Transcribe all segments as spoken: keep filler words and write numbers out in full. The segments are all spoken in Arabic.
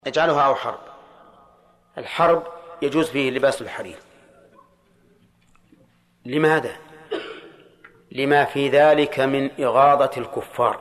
اجعلها أو حرب. الحرب يجوز فيه لباس الحرير. لماذا؟ لما في ذلك من إغاظة الكفار،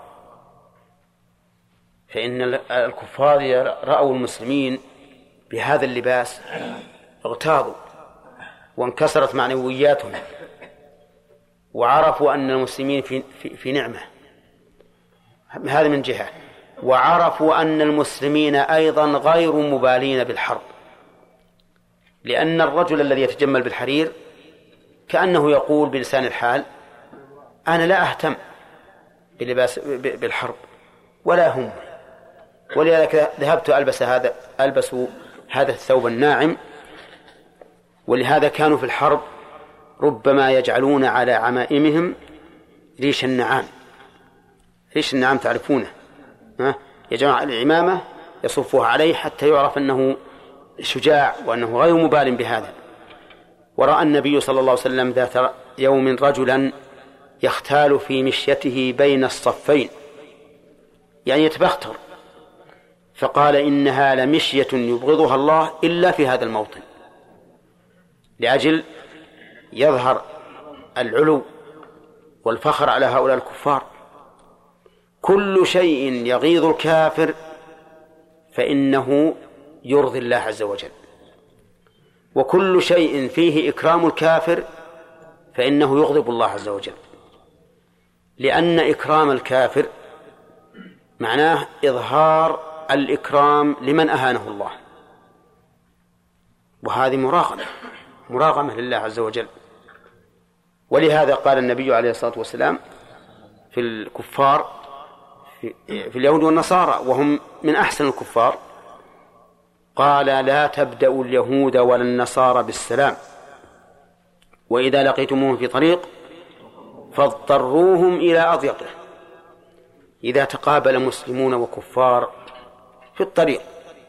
فإن الكفار رأوا المسلمين بهذا اللباس اغتاظوا وانكسرت معنوياتهم، وعرفوا أن المسلمين في, في, في نعمة. هذا من جهة. وعرفوا أن المسلمين أيضا غير مبالين بالحرب، لأن الرجل الذي يتجمل بالحرير كأنه يقول بلسان الحال: أنا لا أهتم بلباس بالحرب ولا هم، ولذلك ذهبت ألبس هذا ألبس هذا الثوب الناعم. ولهذا كانوا في الحرب ربما يجعلون على عمائمهم ريش النعام. ريش النعام تعرفونه، ها؟ يجمع العمامة يصفها عليه حتى يعرف أنه شجاع وأنه غير مبال بهذا. ورأى النبي صلى الله عليه وسلم ذات يوم رجلا يختال في مشيته بين الصفين، يعني يتبختر، فقال: إنها لمشية يبغضها الله إلا في هذا الموطن، لأجل يظهر العلو والفخر على هؤلاء الكفار. كل شيء يغيظ الكافر فإنه يرضي الله عز وجل، وكل شيء فيه إكرام الكافر فإنه يغضب الله عز وجل، لأن إكرام الكافر معناه إظهار الإكرام لمن أهانه الله، وهذه مراغمة مراغمة لله عز وجل. ولهذا قال النبي عليه الصلاة والسلام في الكفار، في اليهود والنصارى وهم من أحسن الكفار، قال: لا تبدأوا اليهود ولا النصارى بالسلام، وإذا لقيتموهم في طريق فاضطروهم إلى أضيقه. إذا تقابل مسلمون وكفار في الطريق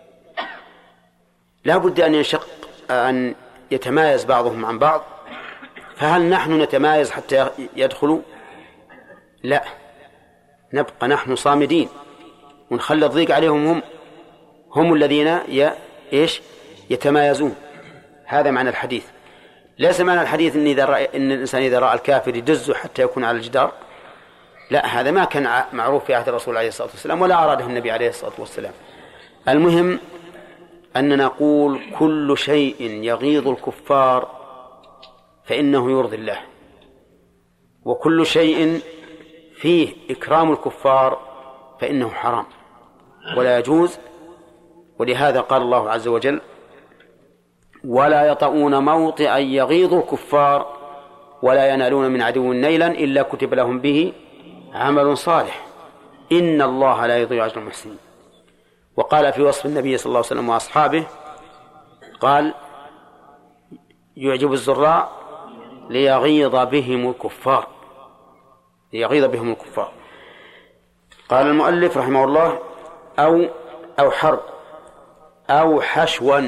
لا بد أن ينشق أن يتمايز بعضهم عن بعض، فهل نحن نتمايز حتى يدخلوا؟ لا، نبقى نحن صامدين ونخلي الضيق عليهم، هم هم الذين ي... إيش يتمايزون. هذا معنى الحديث. ليس معنى الحديث إن, إذا رأى إن الإنسان إذا رأى الكافر يدزه حتى يكون على الجدار، لا، هذا ما كان معروف في عهد الرسول عليه الصلاة والسلام ولا أراده النبي عليه الصلاة والسلام. المهم أن نقول كل شيء يغيظ الكفار فإنه يرضي الله، وكل شيء فيه إكرام الكفار فإنه حرام ولا يجوز. ولهذا قال الله عز وجل: ولا يطؤون موطئا يغيظ الكفار ولا ينالون من عدو نيلا إلا كتب لهم به عمل صالح إن الله لا يضيع أجر المحسنين. وقال في وصف النبي صلى الله عليه وسلم وأصحابه، قال: يعجب الزراء ليغيظ بهم الكفار ليغيظ بهم الكفار. قال المؤلف رحمه الله: أو أو حرب أو حشوا.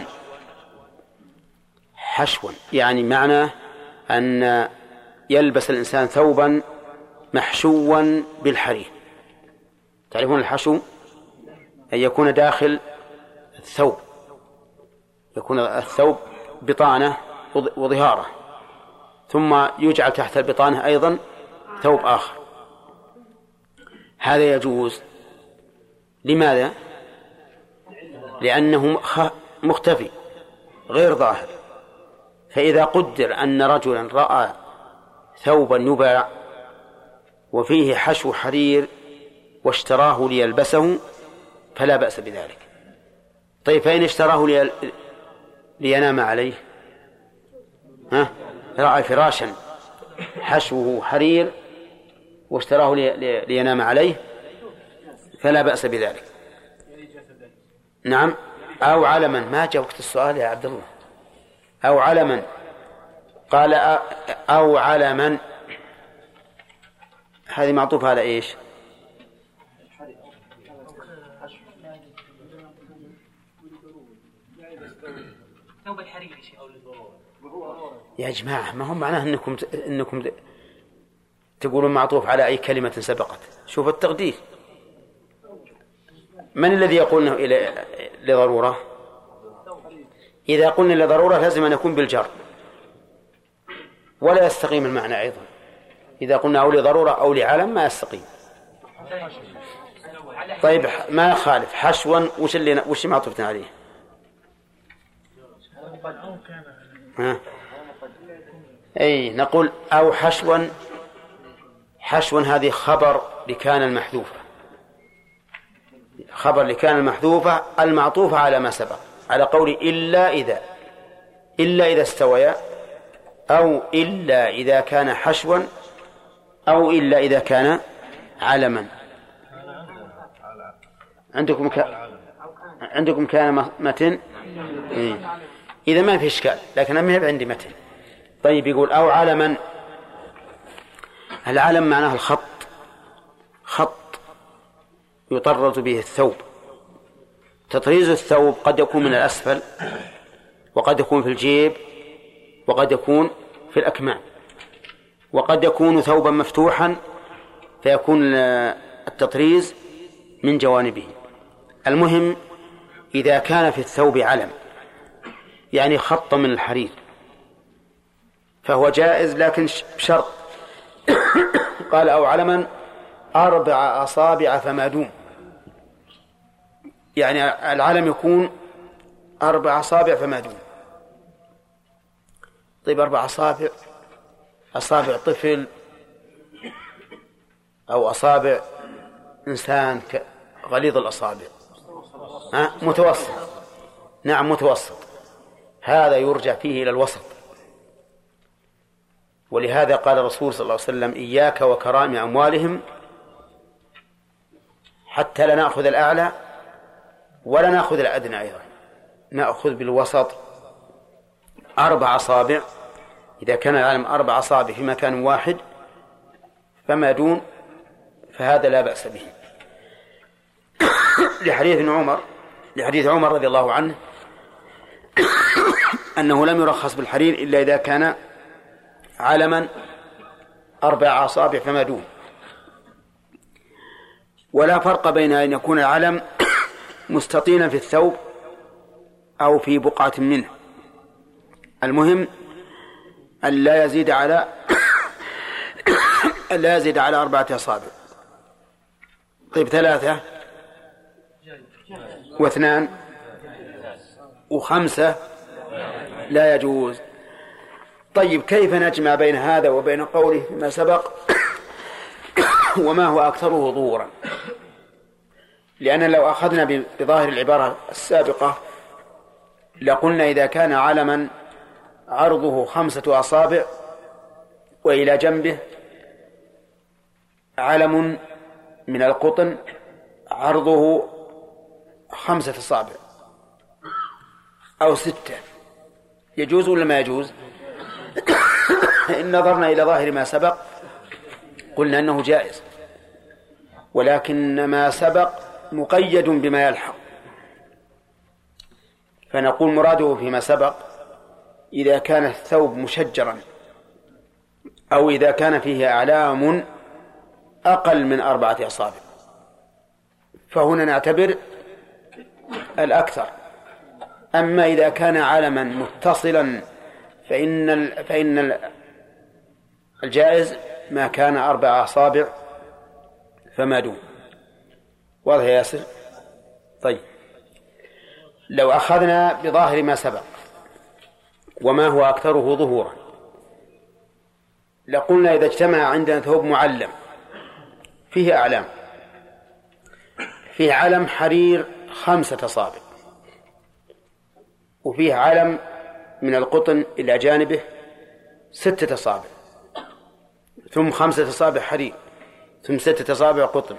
حشوا يعني معنى أن يلبس الإنسان ثوبا محشوا بالحرير. تعرفون الحشو؟ أن يكون داخل الثوب، يكون الثوب بطانة وظهاره، ثم يجعل تحت البطانة أيضا ثوب آخر. هذا يجوز. لماذا؟ لأنه مختفي غير ظاهر. فإذا قدر أن رجلا رأى ثوبا يباع وفيه حشو حرير واشتراه ليلبسه فلا بأس بذلك. طيب فإن اشتراه لي... لينام عليه، ها؟ رأى فراشا حشوه حرير واشتراه لي... لي... لينام عليه فلا بأس بذلك. نعم. أو علما. ما جاء وقت السؤال يا عبد الله. أو علما. قال أو علما، هذه معطوف على إيش؟ يا جماعة، ما هم معناه أنكم أنكم تقولون معطوف على أي كلمة سبقت. شوف التقدير. من الذي يقول إنه إلى لضرورة؟ إذا قلنا لضرورة لازم أن يكون بالجر، ولا يستقيم المعنى أيضا. إذا قلنا أو لضرورة أو لعلم ما يستقيم. طيب ما يخالف حشوا، وش اللي وش ما عطفتنا عليه؟ ها؟ أي نقول أو حشوا. حشوا هذه خبر لكان المحذوفة، خبر لكان المحذوفة المعطوفة على ما سبق، على قول إلا إذا، إلا إذا استويا، أو إلا إذا كان حشوا، أو إلا إذا كان علما. عندكم ك... عندكم كان متن إيه. إذا ما في إشكال، لكن أنا ما عندي متن. طيب يقول أو علما. العلم معناه الخط، خط يطرز به الثوب. تطريز الثوب قد يكون من الأسفل، وقد يكون في الجيب، وقد يكون في الأكمام، وقد يكون ثوبا مفتوحا فيكون التطريز من جوانبه. المهم إذا كان في الثوب علم يعني خط من الحرير فهو جائز، لكن بشرط. قال أو علما أربع أصابع فما دون، يعني العلم يكون أربع أصابع فما دون. طيب أربع أصابع، أصابع طفل أو أصابع إنسان غليظ الأصابع؟ ها؟ متوسط. نعم متوسط، هذا يرجع فيه إلى الوسط. ولهذا قال الرسول صلى الله عليه وسلم إياك وكرام أموالهم حتى لا نأخذ الأعلى ولا نأخذ الأدنى أيضا، نأخذ بالوسط. أربع أصابع، إذا كان العلم أربع أصابع في مكان واحد فما دون فهذا لا بأس به. لحديث عمر لحديث عمر رضي الله عنه أنه لم يرخص بالحرير إلا إذا كان علما أربع أصابع فما دون. ولا فرق بين أن يكون العلم مستطيلا في الثوب أو في بقعة منه، المهم أن لا يزيد على أن لا يزيد على أربعة أصابع. طيب ثلاثة واثنان وخمسة لا يجوز. طيب كيف نجمع بين هذا وبين قوله فيما سبق وما هو أكثره ظهورا؟ لأن لو أخذنا بظاهر العبارة السابقة لقلنا إذا كان علما عرضه خمسة أصابع وإلى جنبه علم من القطن عرضه خمسة أصابع أو ستة، يجوز ولا ما يجوز؟ إن نظرنا إلى ظاهر ما سبق قلنا أنه جائز، ولكن ما سبق مقيد بما يلحق، فنقول مراده فيما سبق إذا كان الثوب مشجرا أو إذا كان فيه أعلام أقل من أربعة أصابع، فهنا نعتبر الأكثر. أما إذا كان علما متصلا فإن فإن الجائز ما كان أربع أصابع فما دون. واضح يا ياسر؟ طيب لو أخذنا بظاهر ما سبق وما هو أكثره ظهورا لقلنا إذا اجتمع عندنا ثوب معلم فيه أعلام، فيه علم حرير خمسة أصابع وفيه علم من القطن إلى جانبه ستة أصابع ثم خمسة أصابع حرير ثم ستة أصابع قطن،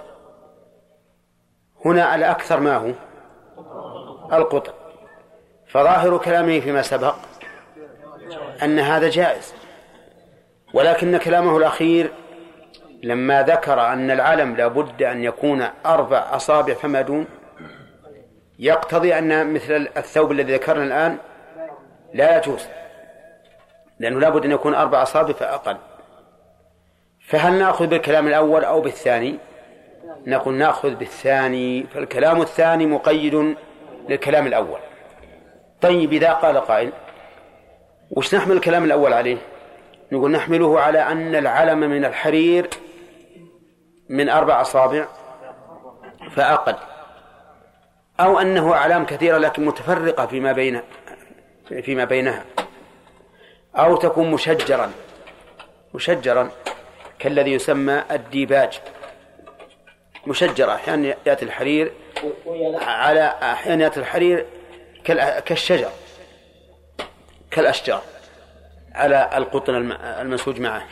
هنا الأكثر ما هو القطن، فظاهر كلامه فيما سبق أن هذا جائز، ولكن كلامه الأخير لما ذكر أن العلم لا بد أن يكون أربع أصابع فما دون يقتضي أن مثل الثوب الذي ذكرنا الآن لا يجوز، لأنه لا بد أن يكون أربع أصابع فأقل. فهل نأخذ بالكلام الأول أو بالثاني؟ نقول نأخذ بالثاني، فالكلام الثاني مقيد للكلام الأول. طيب إذا قال قائل وش نحمل الكلام الأول عليه؟ نقول نحمله على أن العلم من الحرير من أربع أصابع فأقل، أو أنه أعلام كثيرة لكن متفرقة فيما بين فيما بينها، أو تكون مشجرا مشجرا كالذي يسمى الديباج، مشجرة أحيانا يأتي الحرير على أحيانا يأتي الحرير كالشجر كالأشجار على القطن المنسوج معه،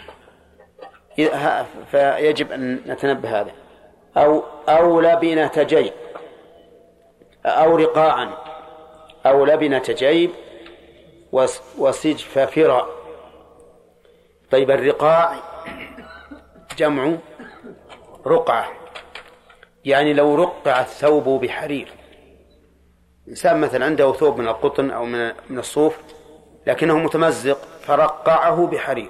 فيجب أن نتنبه هذا. أو أو لبنة جيب أو رقاعا أو لبنة جيب وسجف فرا. طيب الرقاع جمع رقعة، يعني لو رقع الثوب بحرير، إنسان مثلا عنده ثوب من القطن أو من الصوف لكنه متمزق فرقعه بحرير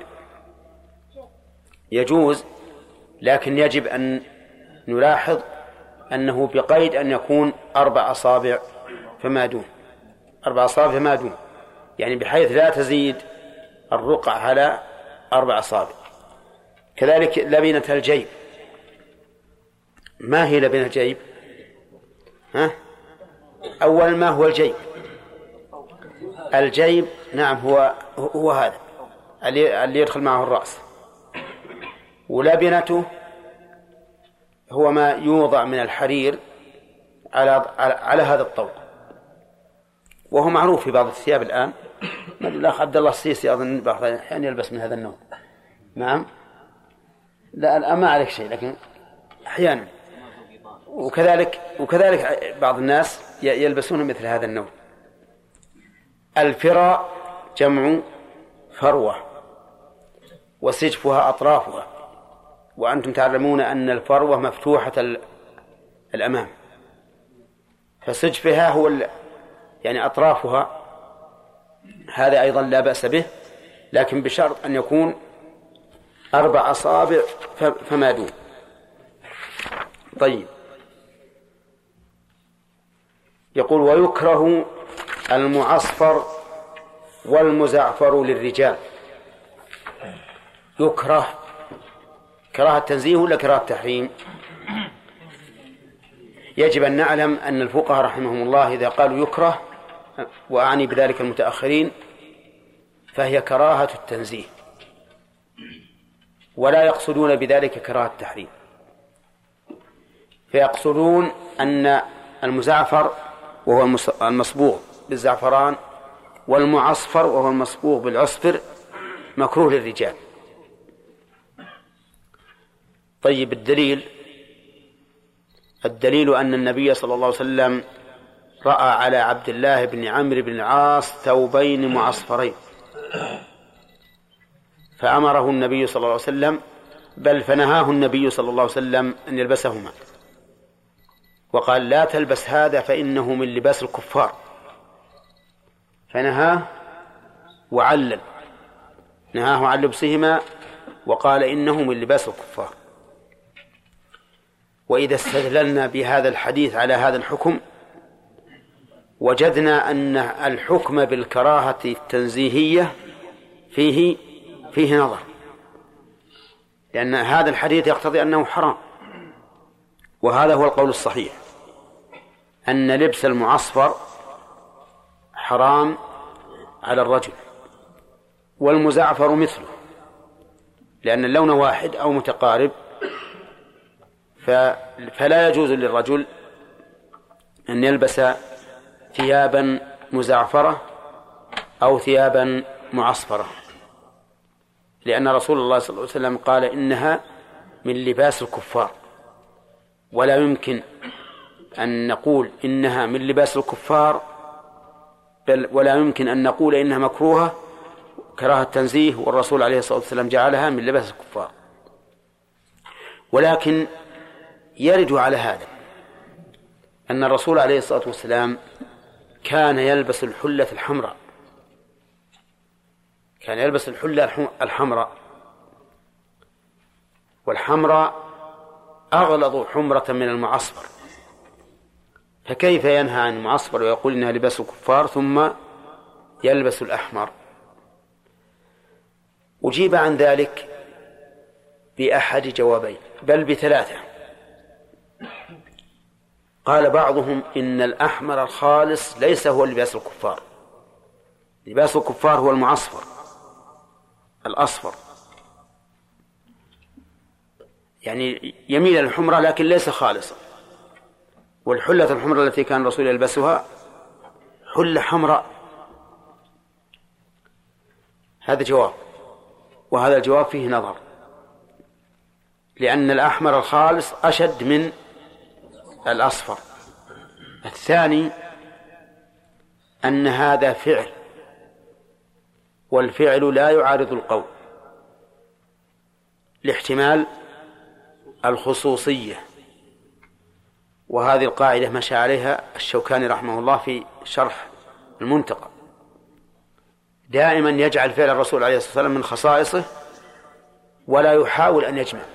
يجوز، لكن يجب أن نلاحظ أنه بقيد أن يكون أربع أصابع فما دون، أربع أصابع فما دون، يعني بحيث لا تزيد الرقع على أربع أصابع. كذلك لبنة الجيب. ما هي لبنة الجيب؟ ها؟ أول ما هو الجيب؟ الجيب نعم هو هو هذا اللي يدخل معه الرأس، ولبنته هو ما يوضع من الحرير على على, على هذا الطوق، وهو معروف في بعض الثياب الآن. الأخ عبد الله السيسي أظن بعض الأحيان يلبس من هذا النوع. نعم لا الآن ما عليك شيء، لكن أحيانا وكذلك وكذلك بعض الناس يلبسون مثل هذا النوع. الفراء جمع فروة وسجفها أطرافها، وأنتم تعلمون أن الفروة مفتوحة الأمام، فسجفها هو يعني أطرافها، هذا أيضا لا بأس به، لكن بشرط أن يكون أربع أصابع فما دون. طيب يقول ويكره المعصفر والمزعفر للرجال. يكره كراهة تنزيه ولا كراهة تحريم؟ يجب أن نعلم أن الفقهاء رحمهم الله إذا قالوا يكره، وأعني بذلك المتأخرين، فهي كراهة التنزيه، ولا يقصدون بذلك كراهة التحريم، فيقصدون أن المزعفر وهو المصبوغ بالزعفران والمعصفر وهو المصبوغ بالعصفر مكروه للرجال. طيب الدليل الدليل أن النبي صلى الله عليه وسلم رأى على عبد الله بن عمرو بن العاص ثوبين معصفرين فأمره النبي صلى الله عليه وسلم، بل فنهاه النبي صلى الله عليه وسلم أن يلبسهما، وقال لا تلبس هذا فإنه من لباس الكفار، فنهاه وعلل نهاه عن لبسهما وقال إنه من لباس الكفار. وإذا استدللنا بهذا الحديث على هذا الحكم وجدنا أن الحكم بالكراهة التنزيهية فيه فيه نظر، لأن هذا الحديث يقتضي أنه حرام، وهذا هو القول الصحيح، أن لبس المعصفر حرام على الرجل، والمزعفر مثله، لأن اللون واحد أو متقارب، فلا يجوز للرجل أن يلبس ثيابا مزعفرة أو ثيابا معصفرة، لأن رسول الله صلى الله عليه وسلم قال إنها من لباس الكفار، ولا يمكن أن نقول إنها من لباس الكفار، بل ولا يمكن أن نقول إنها مكروهة كراهة تنزيه، والرسول عليه الصلاة والسلام جعلها من لباس الكفار. ولكن يرد على هذا أن الرسول عليه الصلاة والسلام كان يلبس الحلة الحمراء، كان يلبس الحلة الحمراء، والحمراء أغلظ حمرة من المعصفر، فكيف ينهى عن المعصفر ويقول إنها لباس الكفار ثم يلبس الأحمر؟ أجيب عن ذلك بأحد جوابين بل بثلاثة. قال بعضهم إن الأحمر الخالص ليس هو لباس الكفار، لباس الكفار هو المعصفر الأصفر، يعني يميل الحمرة لكن ليس خالصا. والحلة الحمراء التي كان الرسول يلبسها حلة حمراء. هذا جواب، وهذا الجواب فيه نظر، لأن الأحمر الخالص أشد من الأصفر. الثاني أن هذا فعل، والفعل لا يعارض القول لاحتمال الخصوصية، وهذه القاعدة مشى عليها الشوكاني رحمه الله في شرح المنتقى، دائما يجعل فعل الرسول عليه الصلاة والسلام من خصائصه ولا يحاول أن يجمع،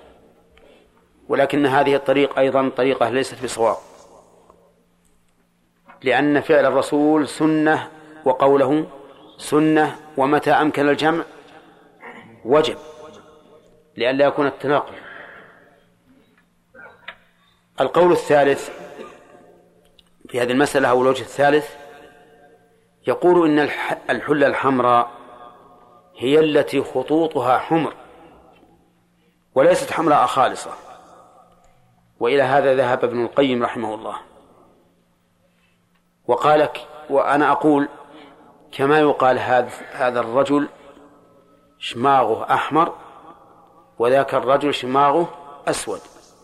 ولكن هذه الطريقة أيضا طريقة ليست بصواب، لأن فعل الرسول سنة وقوله سنة، ومتى أمكن الجمع وجب لئلا يكون التناقض. القول الثالث في هذه المسألة أو الوجه الثالث يقول إن الحلة الحمراء هي التي خطوطها حمر وليست حمراء خالصة، وإلى هذا ذهب ابن القيم رحمه الله وقالك، وأنا أقول كما يقال هذا هذا الرجل شماغه أحمر وذاك الرجل شماغه أسود.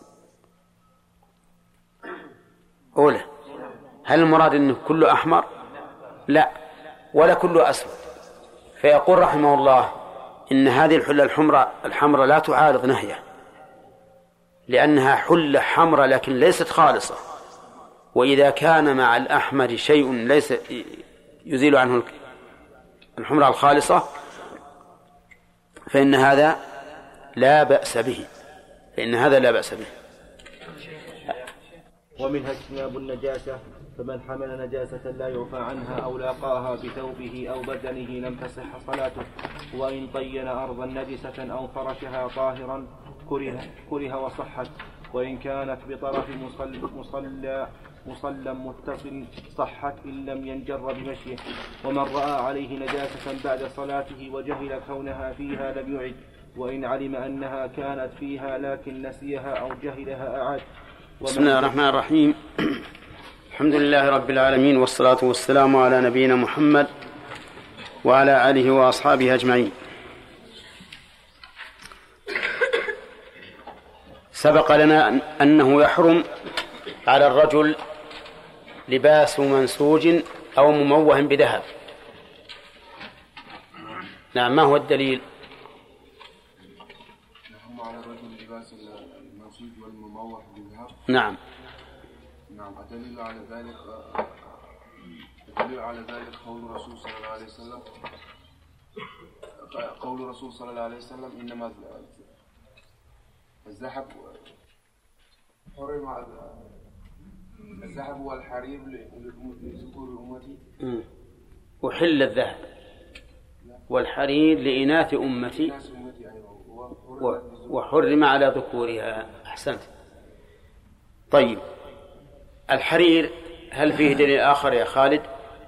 أولى، هل المراد أنه كله أحمر؟ لا، ولا كله أسود. فيقول رحمه الله إن هذه الحلة الحمراء الحمراء لا تعارض نهيه، لأنها حلة حمراء لكن ليست خالصة، وإذا كان مع الأحمر شيء ليس يزيل عنه الحمراء الخالصة فإن هذا لا بأس به، فإن هذا لا بأس به. ومنها اجتناب النجاسة، فمن حمل نجاسة لا يعفى عنها أو لاقاها بثوبه أو بدنه لم تصح صلاته، وإن طين أرضا نجسة أو فرشها طاهرا كره, كره وصحت، وإن كانت بطرف مصلى مصلى مصلى متصل صحت إن لم ينجر بمشيه. ومن رأى عليه نجاسة بعد صلاته وجهل كونها فيها لم يعد، وإن علم أنها كانت فيها لكن نسيها أو جهلها أعاد. بسم الله الرحمن الرحيم. الحمد لله رب العالمين، والصلاة والسلام على نبينا محمد وعلى آله وأصحابه أجمعين. سبق لنا أنه يحرم على الرجل لباس منسوج أو مموه بذهب. نعم، ما هو الدليل؟ يحرم على الرجل لباس المنسوج والمموه بذهب. نعم. نعم، الدليل على ذلك الدليل على ذلك قول الرسول صلى الله عليه وسلم قول الرسول صلى الله عليه وسلم إنما الذهب حرم الذهب والحرير لذكور أمتي. وحل الذهب والحرير لإناث أمتي وحرم على ذكورها. أحسنت. طيب، الحرير هل فيه دليل آخر يا خالد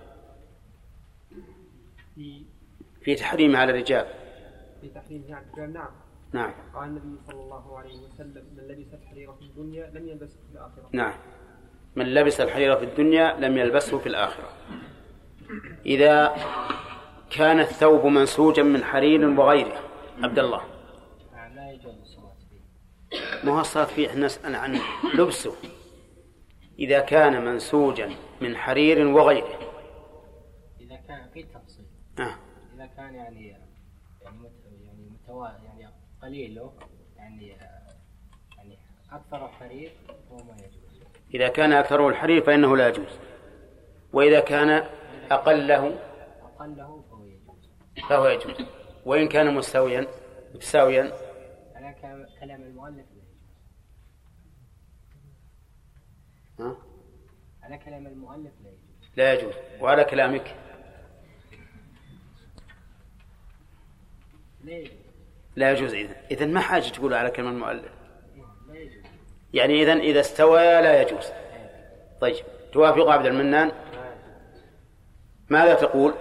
في تحريم على الرجال؟ في تحريم على الرجال، نعم. نعم. قال النبي صلى الله عليه وسلم: من لبس الحرير في الدنيا لم يلبسه في الآخرة. نعم، من لبس الحرير في الدنيا لم يلبسه في الآخرة. إذا كان الثوب منسوجا من حرير وغيره، عبد الله، لا يجوز الصلاة فيه. ما هو الصلاة فيه، احنا نسأل عن لبسه. إذا كان منسوجا من حرير وغيره، إذا كان في تفصيل. آه. إذا كان يعني يعني مت يعني متوا يعني قليل له يعني يعني أكثر الحرير فهو ما يجوز. إذا كان أكثره الحرير فإنه لا يجوز، وإذا كان أقله أقله فهو يجوز. فهو يجوز، وإن كان مستويا متساويا. على كلام المؤلف لا يجوز. ها؟ على كلام المؤلف لا يجوز. لا يجوز. وعلى كلامك لا يجوز. لا يجوز. إذن إذن ما حاجة تقول على كلام المؤلف. يعني إذن إذا استوى لا يجوز. طيب توافق عبد المنان؟ ماذا تقول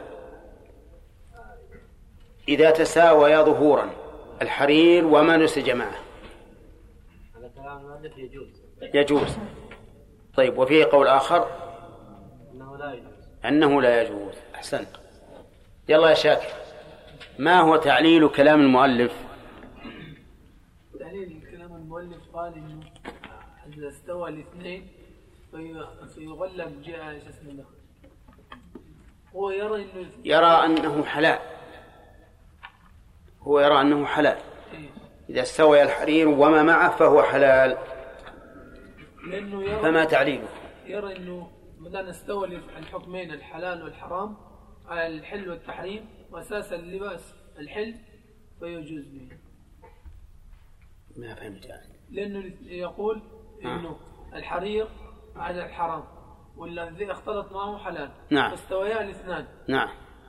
إذا تساوي ظهورا الحرير وما نسج معه؟ على كلام المؤلف يجوز. يجوز. طيب وفيه قول آخر أنه لا يجوز. أنه لا يجوز. أحسنت. يلا يا شاكر، ما هو تعليل كلام المؤلف؟ تعليل كلام المؤلف قال إنه إذا استوى الاثنين فيغلب جاء اسمه له. هو يرى إنه يرى أنه حلال. هو يرى أنه حلال. إذا استوى الحرير وما معه فهو حلال. لأنه يرى فما تعليله؟ يرى إنه مدام استوى الحكمين الحلال والحرام على الحل والتحريم وأساس اللباس الحل فيجوز به. ما فهمت يعني. لأنه يقول إنه الحرير على الحرام والذي اختلط معه حلال. نعم. فاستويا الاثنان. نعم.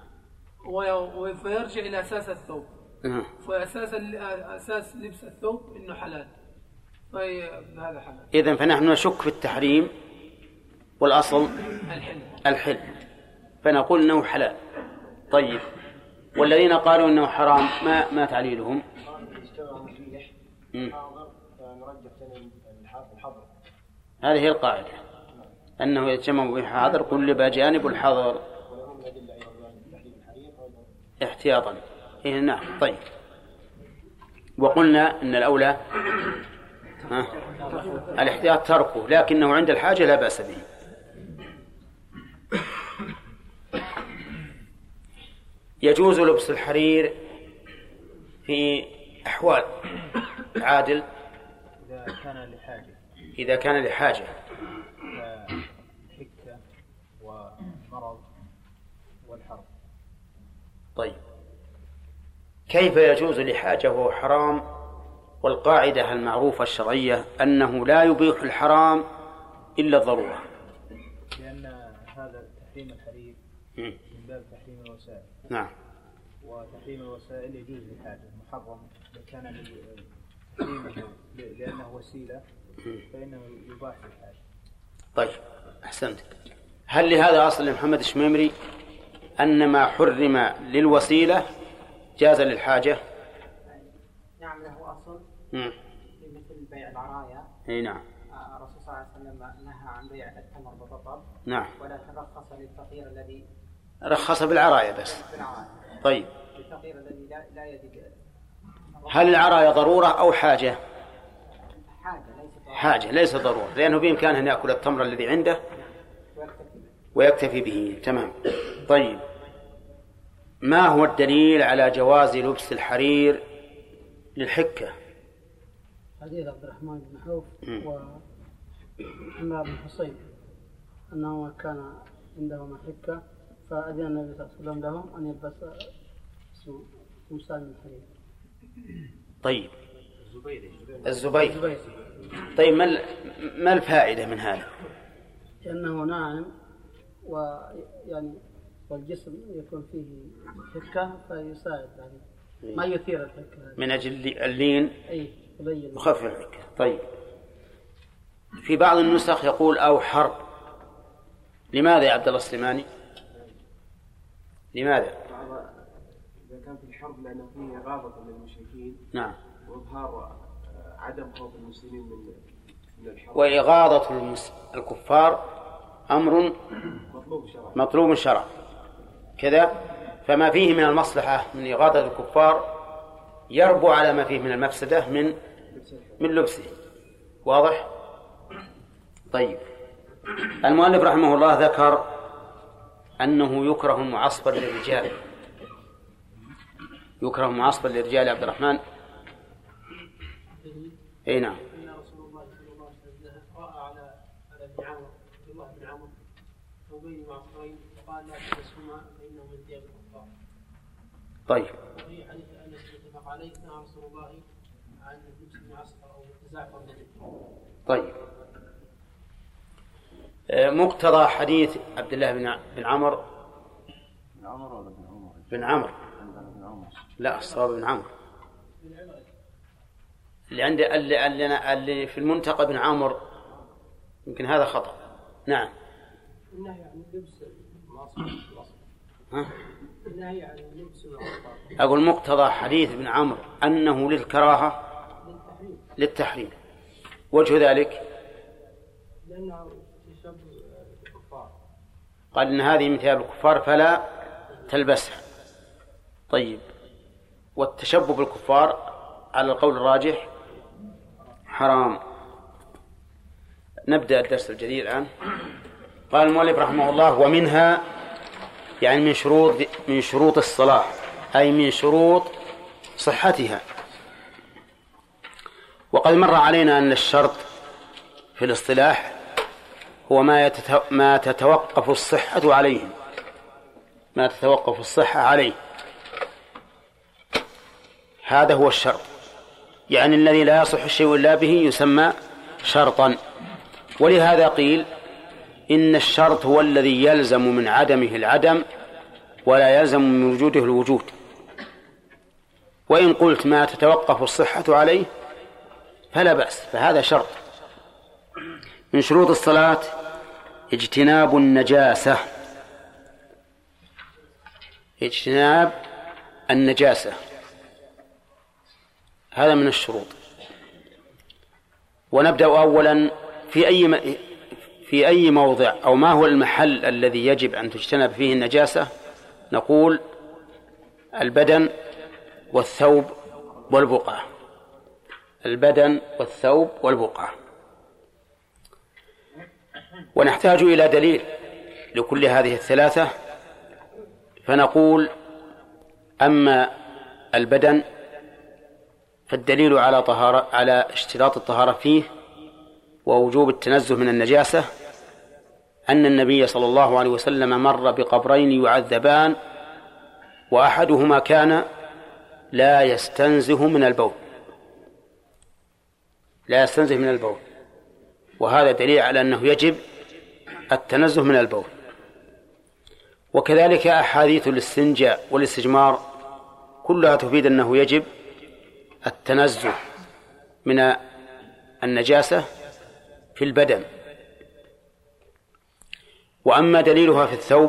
ويرجع إلى أساس الثوب. نعم. فأساس أساس لبس الثوب إنه حلال. فهذا حلال. إذن فنحن نشك في التحريم والأصل الحل. الحل، فنقول إنه حلال. طيب والذين قالوا إنه حرام ما ما تعليلهم؟ هذه هي القاعدة، أنه يتجمع بحاضر كل بجانب الحظر احتياطا. إيه نعم. طيب وقلنا إن الأولى ها الاحتياط تركه، لكنه عند الحاجة لا بأس به. يجوز لبس الحرير في أحوال عادل إذا كان لحاجة. إذا كان لحاجة كحكة ومرض والحرب. طيب كيف يجوز لحاجة وهو حرام؟ والقاعدة المعروفة الشرعية أنه لا يبيح الحرام إلا الضرورة. لأن هذا تحريم الحرير من باب تحريم الوسائل. نعم. وتحريم الوسائل يجوز لحاجة، محرم إذا كان تحريمه لأنه وسيلة فإنه يباح للحاجة. طيب أحسنت. هل لهذا أصل لمحمد الشميمري أن ما حرم للوسيلة جاز للحاجة؟ نعم له أصل. مم. في مثل بيع العرايا. اي نعم. الرسول صلى الله عليه وسلم نهى عن بيع التمر بالرطب. نعم. ولكن رخص للفقير الذي رخص بالعرايا بس. بالعرايا. طيب الفقير الذي لا لا يجد. هل العرايا ضرورة أو حاجة؟ حاجة ليس ضرورة. حاجة ليس ضرورة، لأنه بإمكانه أن يأكل التمر الذي عنده ويكتفي به. تمام. طيب ما هو الدليل على جواز لبس الحرير للحكة؟ حديث عبد الرحمن بن عوف وعمران بن حصين أنه كان عندهما حكة فأذن النبي صلى الله عليه وسلم لهم أن يلبس قمصان من الحرير. طيب الزبير. طيب ما ما الفائدة من هذا؟ لأنه ناعم ويعني والجسم يكون فيه حكة فيساعد يعني ما يثير الحكة من أجل اللين يبين يخفف الحكة. طيب في بعض النسخ يقول أو حرب. لماذا يا عبد الله السليماني؟ لماذا؟ إذا كان في الحرب لأنه فيه إغاظة للمشركين. نعم. وإظهار عدم خوف المسلمين من من الحرب. وإغاظة المس... الكفار أمر مطلوب شرعا. مطلوب شرعا كذا، فما فيه من المصلحة من إغاظة الكفار يربو على ما فيه من المفسدة من من لبسه. واضح؟ طيب المؤلف رحمه الله ذكر أنه يكره المعصفر للرجال. يكره المعصفر للرجال عبد الرحمن. اي نعم. ان رسول الله صلى الله عليه وسلم راى على على ابن عمرو عبد الله بن عمرو ثوبين معصفرين قال لا تلبسهما فانه من ثياب الكفار. طيب. وفي حديث انس متفق عليه نهى رسول الله عن لبس المعصفر او التزعفر. طيب مقتضى حديث عبد الله بن بن عمرو بن عمرو ولا بن عمر؟ بن عمرو. بن عمر. لا، الصواب بن عمرو. اللي عند اللي, اللي, اللي في المنتقى بن عمرو يمكن هذا خطأ. نعم. النهي عن اللبس ها؟ النهي عن اللبس. أقول مقتضى حديث ابن عمرو أنه للكراهة للتحريم. للتحريم. وجه ذلك لأنه تشبه الكفار. قال إن هذه من ثياب الكفار فلا تلبسها. طيب، والتشبه بالكفار على القول الراجح حرام. نبدأ الدرس الجديد الآن. قال المؤلف رحمه الله: ومنها يعني من شروط من شروط الصلاة، أي من شروط صحتها. وقد مر علينا أن الشرط في الاصطلاح هو ما يتتو... ما تتوقف الصحة عليه ما تتوقف الصحة عليه هذا هو الشرط، يعني الذي لا يصح الشيء إلا به يسمى شرطا. ولهذا قيل إن الشرط هو الذي يلزم من عدمه العدم ولا يلزم من وجوده الوجود. وإن قلت ما تتوقف الصحة عليه فلا بأس، فهذا شرط. من شروط الصلاة اجتناب النجاسة، اجتناب النجاسة هذا من الشروط. ونبدأ أولا في أي م... في أي موضع أو ما هو المحل الذي يجب أن تجتنب فيه النجاسة. نقول البدن والثوب والبقعة. البدن والثوب والبقعة. ونحتاج إلى دليل لكل هذه الثلاثة، فنقول أما البدن فالدليل على طهارة على اشتراط الطهارة فيه ووجوب التنزه من النجاسة أن النبي صلى الله عليه وسلم مر بقبرين يعذبان، وأحدهما كان لا يستنزه من البول لا يستنزه من البول وهذا دليل على أنه يجب التنزه من البول. وكذلك أحاديث الاستنجاء والاستجمار كلها تفيد أنه يجب التنزه من النجاسة في البدن. وأما دليلها في الثوب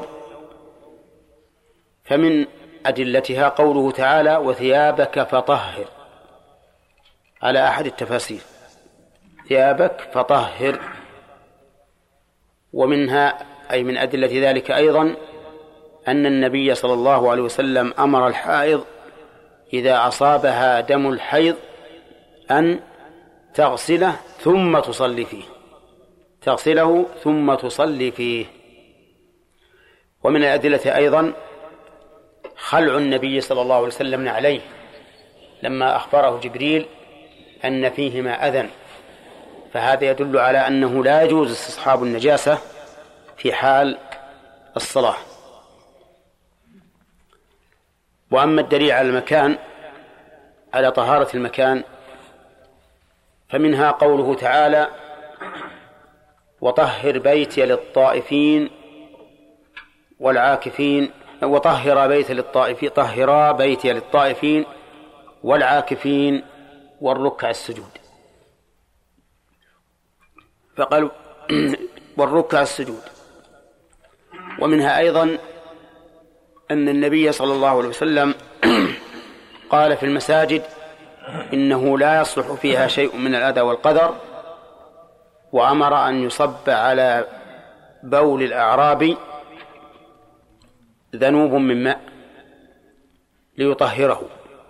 فمن أدلتها قوله تعالى: وثيابك فطهر، على أحد التفاسير ثيابك فطهر. ومنها أي من أدلة ذلك أيضا أن النبي صلى الله عليه وسلم أمر الحائض إذا أصابها دم الحيض أن تغسله ثم تصلي فيه تغسله ثم تصلي فيه. ومن الأدلة أيضا خلع النبي صلى الله عليه وسلم عليه لما أخبره جبريل أن فيهما أذى، فهذا يدل على أنه لا يجوز استصحاب النجاسة في حال الصلاة. وأما الدليل على المكان على طهارة المكان فمنها قوله تعالى: وطهر بيتي للطائفين والعاكفين وطهر بيتي للطائفين طهرا بيتي للطائفين والعاكفين والركع السجود. فقالوا والركع السجود. ومنها أيضا أن النبي صلى الله عليه وسلم قال في المساجد إنه لا يصلح فيها شيء من الأذى والقدر، وأمر أن يصب على بول الأعراب ذنوب من ماء ليطهره.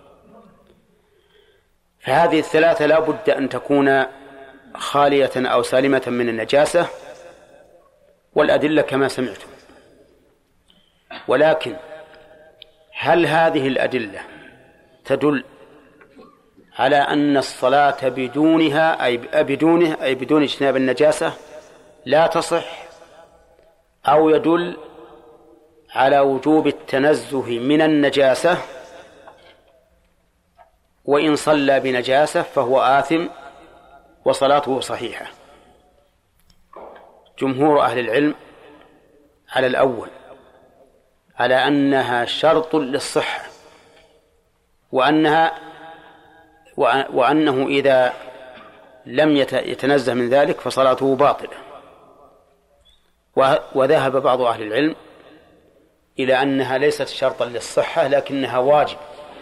فهذه الثلاثة لا بد أن تكون خالية أو سالمة من النجاسة، والأدلة كما سمعتم. ولكن هل هذه الأدلة تدل على أن الصلاة بدونها أي بدونه أي بدون اجتناب النجاسة لا تصح، أو يدل على وجوب التنزه من النجاسة وإن صلى بنجاسة فهو آثم وصلاته صحيحة؟ جمهور أهل العلم على الأول، على أنها شرط للصحة، وأنها وأنه إذا لم يتنزه من ذلك فصلاته باطلة. وذهب بعض أهل العلم إلى أنها ليست شرطا للصحة لكنها واجب،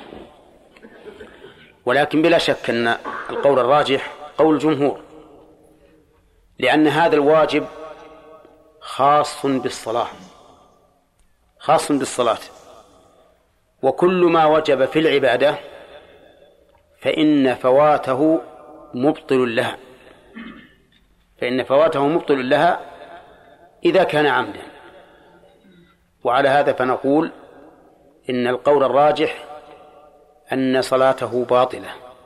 ولكن بلا شك أن القول الراجح قول الجمهور، لأن هذا الواجب خاص بالصلاة خاص بالصلاة وكل ما وجب في العبادة فإن فواته مبطل لها فإن فواته مبطل لها إذا كان عمدا. وعلى هذا فنقول إن القول الراجح أن صلاته باطلة.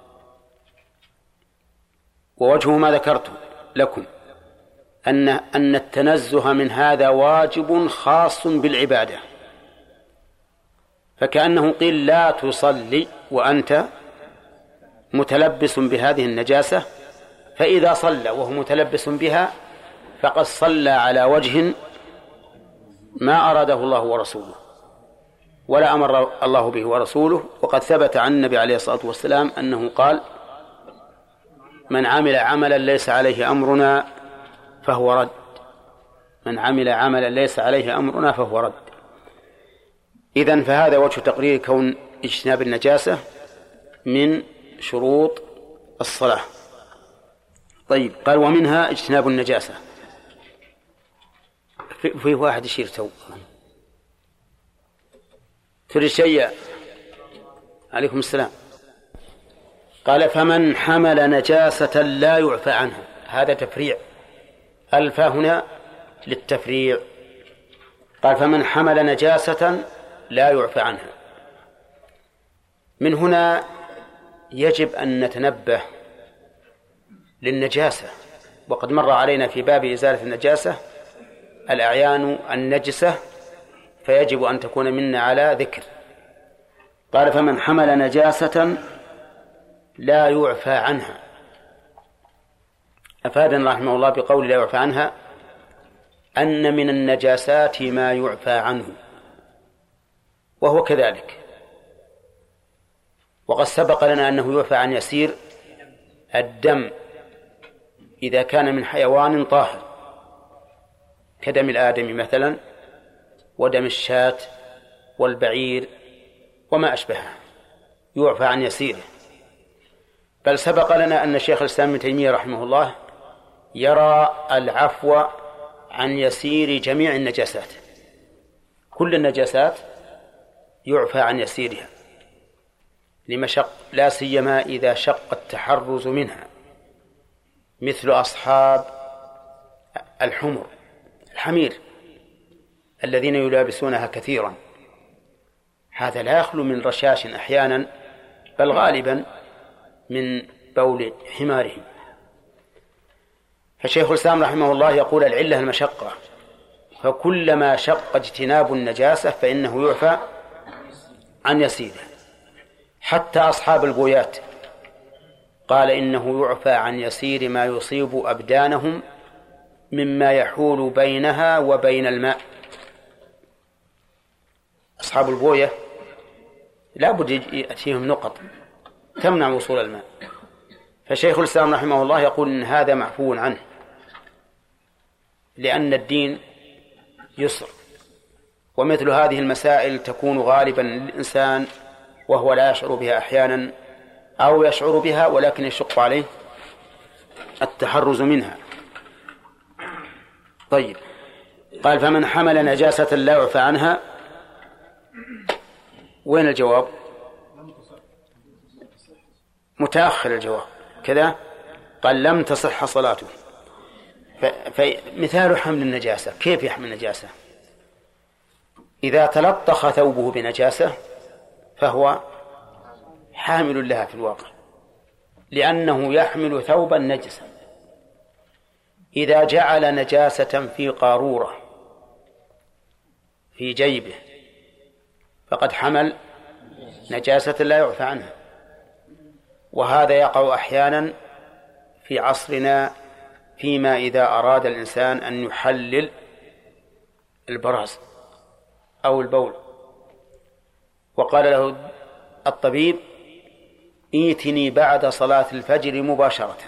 ووجه ما ذكرت لكم أن أن التنزه من هذا واجب خاص بالعبادة، فكأنه قيل لا تصلي وأنت متلبس بهذه النجاسة، فإذا صلى وهو متلبس بها فقد صلى على وجه ما أراده الله ورسوله ولا أمر الله به ورسوله. وقد ثبت عن النبي عليه الصلاة والسلام أنه قال: من عمل عملا ليس عليه أمرنا فهو رد من عمل عملا ليس عليه أمرنا فهو رد. إذن فهذا وجه تقرير كون اجتناب النجاسة من شروط الصلاة. طيب، قال ومنها اجتناب النجاسة. في واحد يشير تو تريد شيء؟ عليكم السلام. قال فمن حمل نجاسة لا يعفى عنها. هذا تفريع، الفا هنا للتفريع. قال فمن حمل نجاسة لا يعفى عنها. من هنا يجب أن نتنبه للنجاسة، وقد مر علينا في باب إزالة النجاسة الأعيان النجسة، فيجب أن تكون منا على ذكر. قال فمن حمل نجاسة لا يعفى عنها. أفادنا رحمه الله بقول لا يعفى عنها أن من النجاسات ما يعفى عنه، وهو كذلك. وقد سبق لنا أنه يعفى عن يسير الدم إذا كان من حيوان طاهر كدم الآدم مثلا، ودم الشاة والبعير وما أشبهه، يعفى عن يسيره. بل سبق لنا أن الشيخ الإسلام ابن تيمية رحمه الله يرى العفو عن يسير جميع النجاسات، كل النجاسات يعفى عن يسيرها لمشق، لا سيما إذا شق التحرز منها، مثل أصحاب الحمر الحمير الذين يلابسونها كثيرا، هذا لا يخلو من رشاش أحيانا، بل غالبا من بول حمارهم. فشيخ الإسلام رحمه الله يقول العلة المشقة، فكلما شق اجتناب النجاسة فإنه يعفى عن يسيره. حتى أصحاب البويات قال إنه يعفى عن يسير ما يصيب أبدانهم مما يحول بينها وبين الماء. أصحاب البوية لا بد يأتيهم نقط تمنع وصول الماء، فشيخ الإسلام رحمه الله يقول إن هذا معفو عنه، لأن الدين يسر، ومثل هذه المسائل تكون غالبا للإنسان وهو لا يشعر بها أحيانا، أو يشعر بها ولكن يشق عليه التحرز منها. طيب، قال فمن حمل نجاسة لا يعفى عنها. وين الجواب؟ متأخر الجواب كذا، قال لم تصح صلاته. فمثال حمل النجاسة، كيف يحمل النجاسة؟ إذا تلطخ ثوبه بنجاسة فهو حامل لها في الواقع، لأنه يحمل ثوبا نجسا. إذا جعل نجاسة في قارورة في جيبه فقد حمل نجاسة لا يعفى عنها. وهذا يقع أحيانا في عصرنا فيما إذا أراد الإنسان أن يحلل البراز أو البول، وقال له الطبيب ائتني بعد صلاة الفجر مباشرة،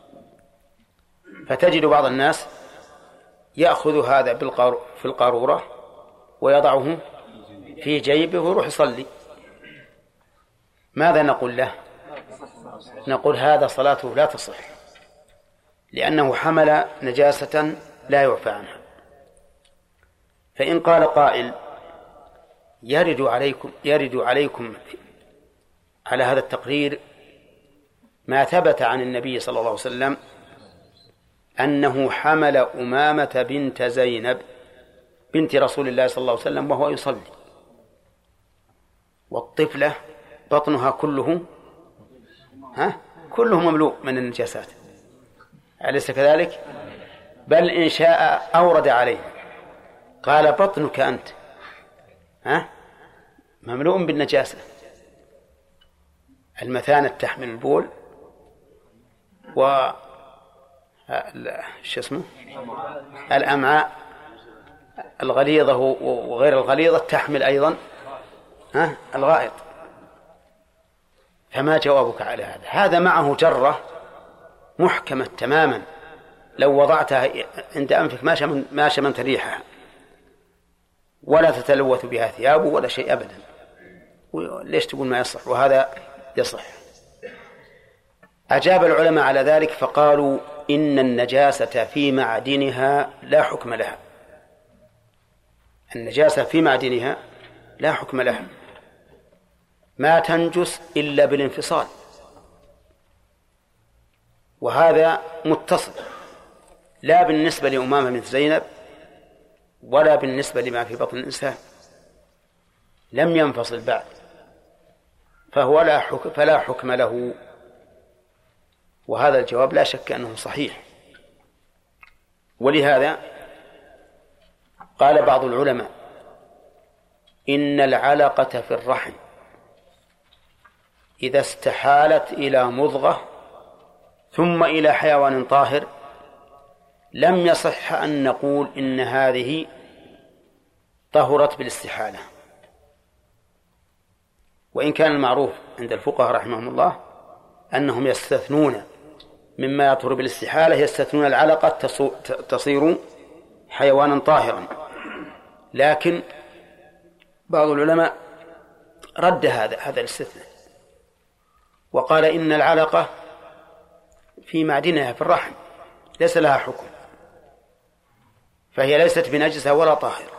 فتجد بعض الناس يأخذ هذا في القارورة ويضعه في جيبه ويروح يصلي. ماذا نقول له؟ نقول هذا صلاته لا تصح، لأنه حمل نجاسة لا يعفى عنها. فإن قال قائل يرد عليكم يرد عليكم على هذا التقرير ما ثبت عن النبي صلى الله عليه وسلم أنه حمل أمامة بنت زينب بنت رسول الله صلى الله عليه وسلم وهو يصلي، والطفلة بطنها كله ها كله مملوء من النجاسات، أليس كذلك؟ بل إن شاء أورد عليه قال بطنك أنت ها مملوء بالنجاسة. المثانة تحمل البول و شو اسمه الأمعاء الغليظة وغير الغليظة تحمل أيضا ها الغائط. فما جوابك على هذا؟ هذا معه جرة محكمة تماما، لو وضعتها عند أنفك ما شممت ريحها ولا تتلوث بها ثيابه ولا شيء أبدا. ليش تقول ما يصح وهذا يصح؟ أجاب العلماء على ذلك فقالوا إن النجاسة في معدنها لا حكم لها. النجاسة في معدنها لا حكم لها، ما تنجس إلا بالانفصال، وهذا متصل لا بالنسبة لأمامة بنت زينب ولا بالنسبة لما في بطن الإنسان، لم ينفصل بعد، فهو لا حكم فلا حكم له. وهذا الجواب لا شك أنه صحيح. ولهذا قال بعض العلماء إن العلقة في الرحم إذا استحالت إلى مضغة ثم إلى حيوان طاهر لم يصح أن نقول إن هذه طهرت بالاستحالة، وإن كان المعروف عند الفقهاء رحمهم الله أنهم يستثنون مما يطهر بالاستحالة، يستثنون العلقة تصير حيوانا طاهرا. لكن بعض العلماء رد هذا هذا الاستثناء وقال إن العلقة في معدنها في الرحم ليس لها حكم، فهي ليست بنجسة ولا طاهرة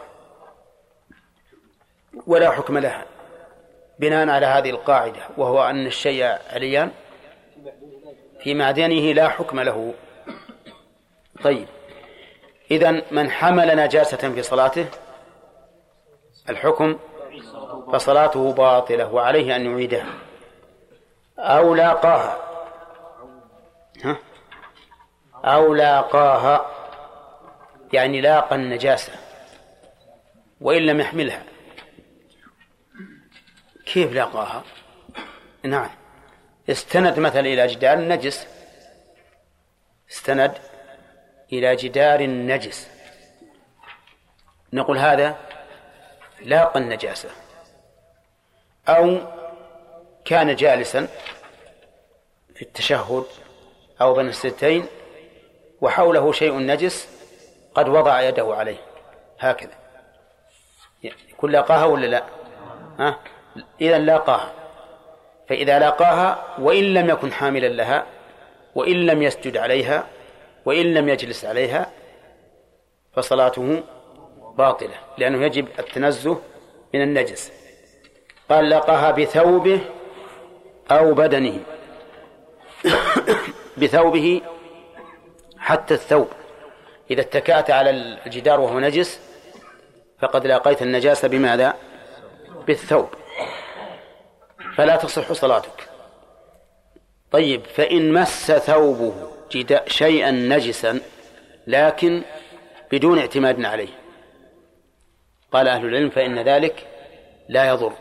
ولا حكم لها، بناء على هذه القاعدة، وهو أن الشيء عليا في معدنه لا حكم له. طيب، إذن من حمل نجاسة في صلاته الحكم فصلاته باطلة وعليه أن يعيدها أو لاقاها ها؟ أو لاقاها يعني لاقى النجاسة وإن لم يحملها. كيف لاقاها؟ نعم، استند مثلا إلى جدار نجس، استند إلى جدار نجس، نقول هذا لاقى النجاسة. أو كان جالسا في التشهد أو بين السجدتين وحوله شيء نجس قد وضع يده عليه هكذا، يكون لاقاها ولا لا؟ ها؟ إذا لاقاها. فإذا لاقاها وإن لم يكن حاملا لها وإن لم يسجد عليها وإن لم يجلس عليها فصلاته باطلة، لأنه يجب التنزه من النجس. قال لاقاها بثوبه أو بدنه بثوبه حتى الثوب، إذا اتكأت على الجدار وهو نجس فقد لاقيت النجاسة بماذا؟ بالثوب، فلا تصح صلاتك. طيب، فإن مس ثوبه شيئا نجسا لكن بدون اعتماد عليه، قال أهل العلم فإن ذلك لا يضر،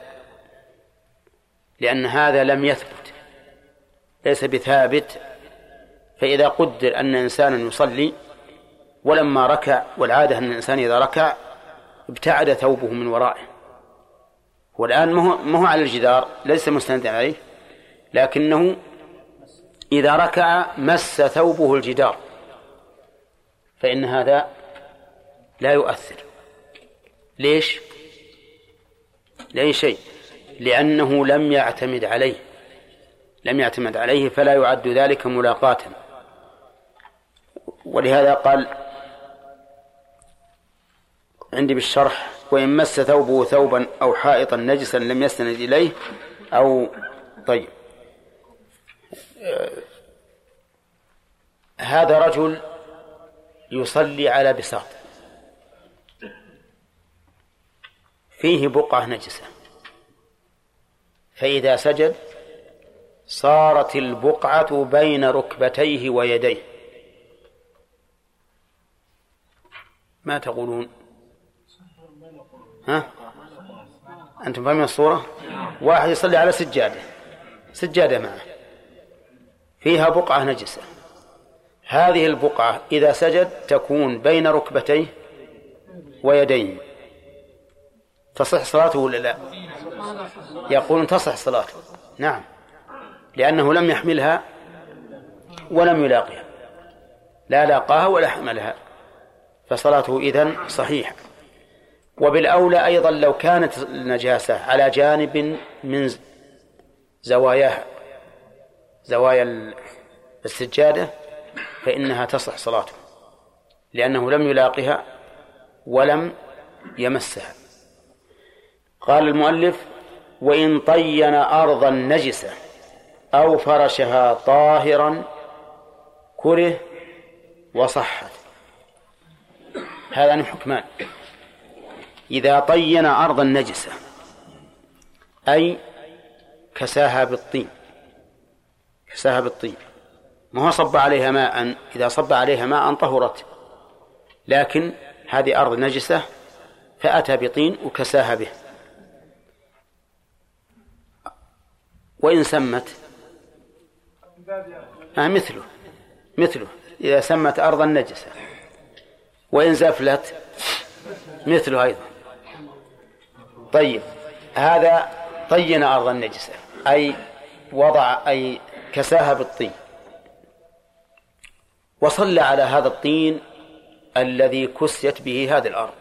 لأن هذا لم يثبت، ليس بثابت، فإذا قدر أن إنسانا يصلي ولما ركع، والعادة أن الإنسان إذا ركع ابتعد ثوبه من ورائه، والآن ما هو على الجدار، ليس مستندا عليه، لكنه إذا ركع مس ثوبه الجدار، فإن هذا لا يؤثر. ليش؟ لأي شيء، لأنه لم يعتمد عليه لم يعتمد عليه فلا يعد ذلك ملاقاة. ولهذا قال عندي بالشرح: وإن مس ثوبه ثوبا أو حائطا نجسا لم يستند إليه أو طيب. هذا رجل يصلي على بساط فيه بقعة نجسة، فإذا سجد صارت البقعة بين ركبتيه ويديه. ما تقولون؟ ها؟ أنتم فاهمين الصورة؟ واحد يصلي على سجادة سجادة معه فيها بقعة نجسة، هذه البقعة إذا سجد تكون بين ركبتيه ويديه، تصح صلاته ولا لا؟ يقولون تصح صلاته، نعم، لأنه لم يحملها ولم يلاقيها، لا لاقاها ولا حملها، فصلاته إذن صحيحة. وبالأولى أيضا لو كانت النجاسة على جانب من زواياها، زوايا السجادة، فإنها تصح صلاته، لأنه لم يلاقها ولم يمسها. قال المؤلف: وإن طين أرضا نجسة أو فرشها طاهرا كره وصحت. هذان حكمان: إذا طين أرضا نجسة أي كساها بالطين كساها بالطين ما هو صب عليها ماء، إذا صب عليها ماء طهرت، لكن هذه أرض نجسة فأتى بطين وكساها به. وإن سمت آه مثله مثله إذا سمت أرضا نجسة، وإن زفلت مثله أيضا. طيب، هذا طين أرضا نجسة أي وضع أي كساها بالطين، وصلى على هذا الطين الذي كسيت به هذه الأرض.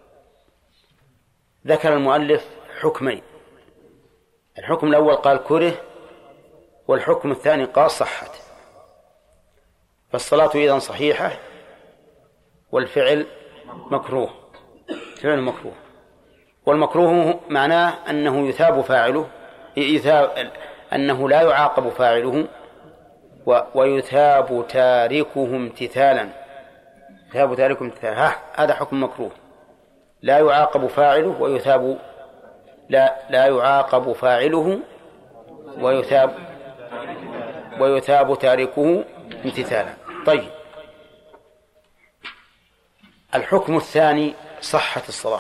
ذكر المؤلف حكمين: الحكم الأول قال كره، والحكم الثاني قال صحت. فالصلاة إذن صحيحة، والفعل مكروه فعل مكروه والمكروه معناه أنه يثاب فاعله يثاب أنه لا يعاقب فاعله ويثاب تاركه امتثالا يثاب تاركه امتثالا. هذا حكم مكروه، لا يعاقب فاعله ويثاب لا لا يعاقب فاعله ويثاب ويثاب تاركه امتثالا. طيب، الحكم الثاني صحت الصلاة.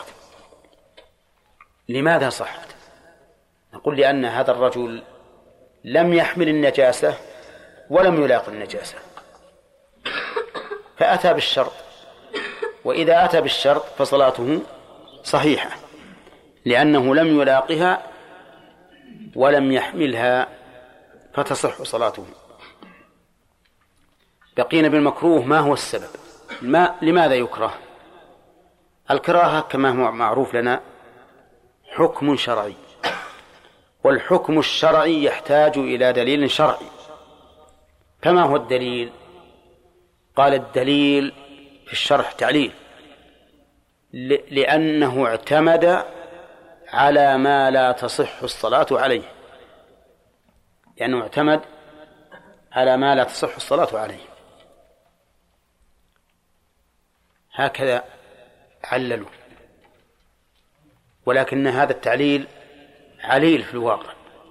لماذا صحت؟ نقول لأن هذا الرجل لم يحمل النجاسة ولم يلاق النجاسة، فأتى بالشرط، وإذا أتى بالشرط فصلاته صحيحة، لأنه لم يلاقها ولم يحملها فتصح صلاته. بقينا بالمكروه. ما هو السبب؟ ما لماذا يكره؟ الكراهة كما هو معروف لنا حكم شرعي، والحكم الشرعي يحتاج إلى دليل شرعي. فما هو الدليل؟ قال الدليل في الشرح تعليل، لأنه اعتمد على ما لا تصح الصلاة عليه، لأنه اعتمد على ما لا تصح الصلاة عليه. هكذا عللوا، ولكن هذا التعليل عليل في الواقع،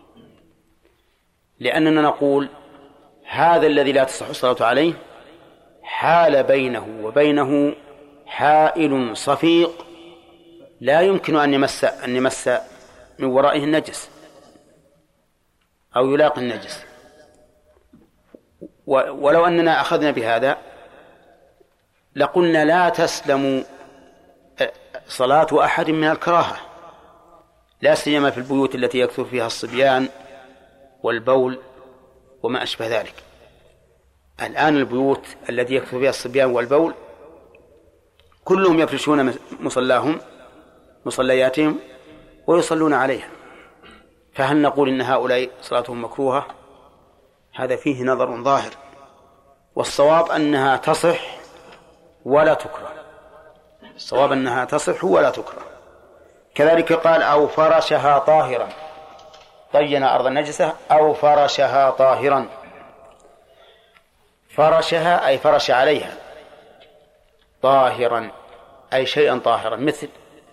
لأننا نقول هذا الذي لا تصح الصلاة عليه حال بينه وبينه حائل صفيق لا يمكن أن يمس أن يمس من ورائه النجس أو يلاقي النجس، ولو أننا أخذنا بهذا لقلنا لا تسلم صلاة أحد من الكراهة، لا سيما في البيوت التي يكثر فيها الصبيان والبول وما أشبه ذلك. الآن البيوت التي يكثر فيها الصبيان والبول كلهم يفرشون مصلاهم مصلياتهم ويصلون عليها، فهل نقول إن هؤلاء صلاتهم مكروهة؟ هذا فيه نظر ظاهر، والصواب أنها تصح ولا تكره. الصواب أنها تصح ولا تكره. كذلك قال أو فرشها طاهرا، طين أرض النجسة أو فرشها طاهرا. فرشها أي فرش عليها، طاهرا أي شيئا طاهرا، مثل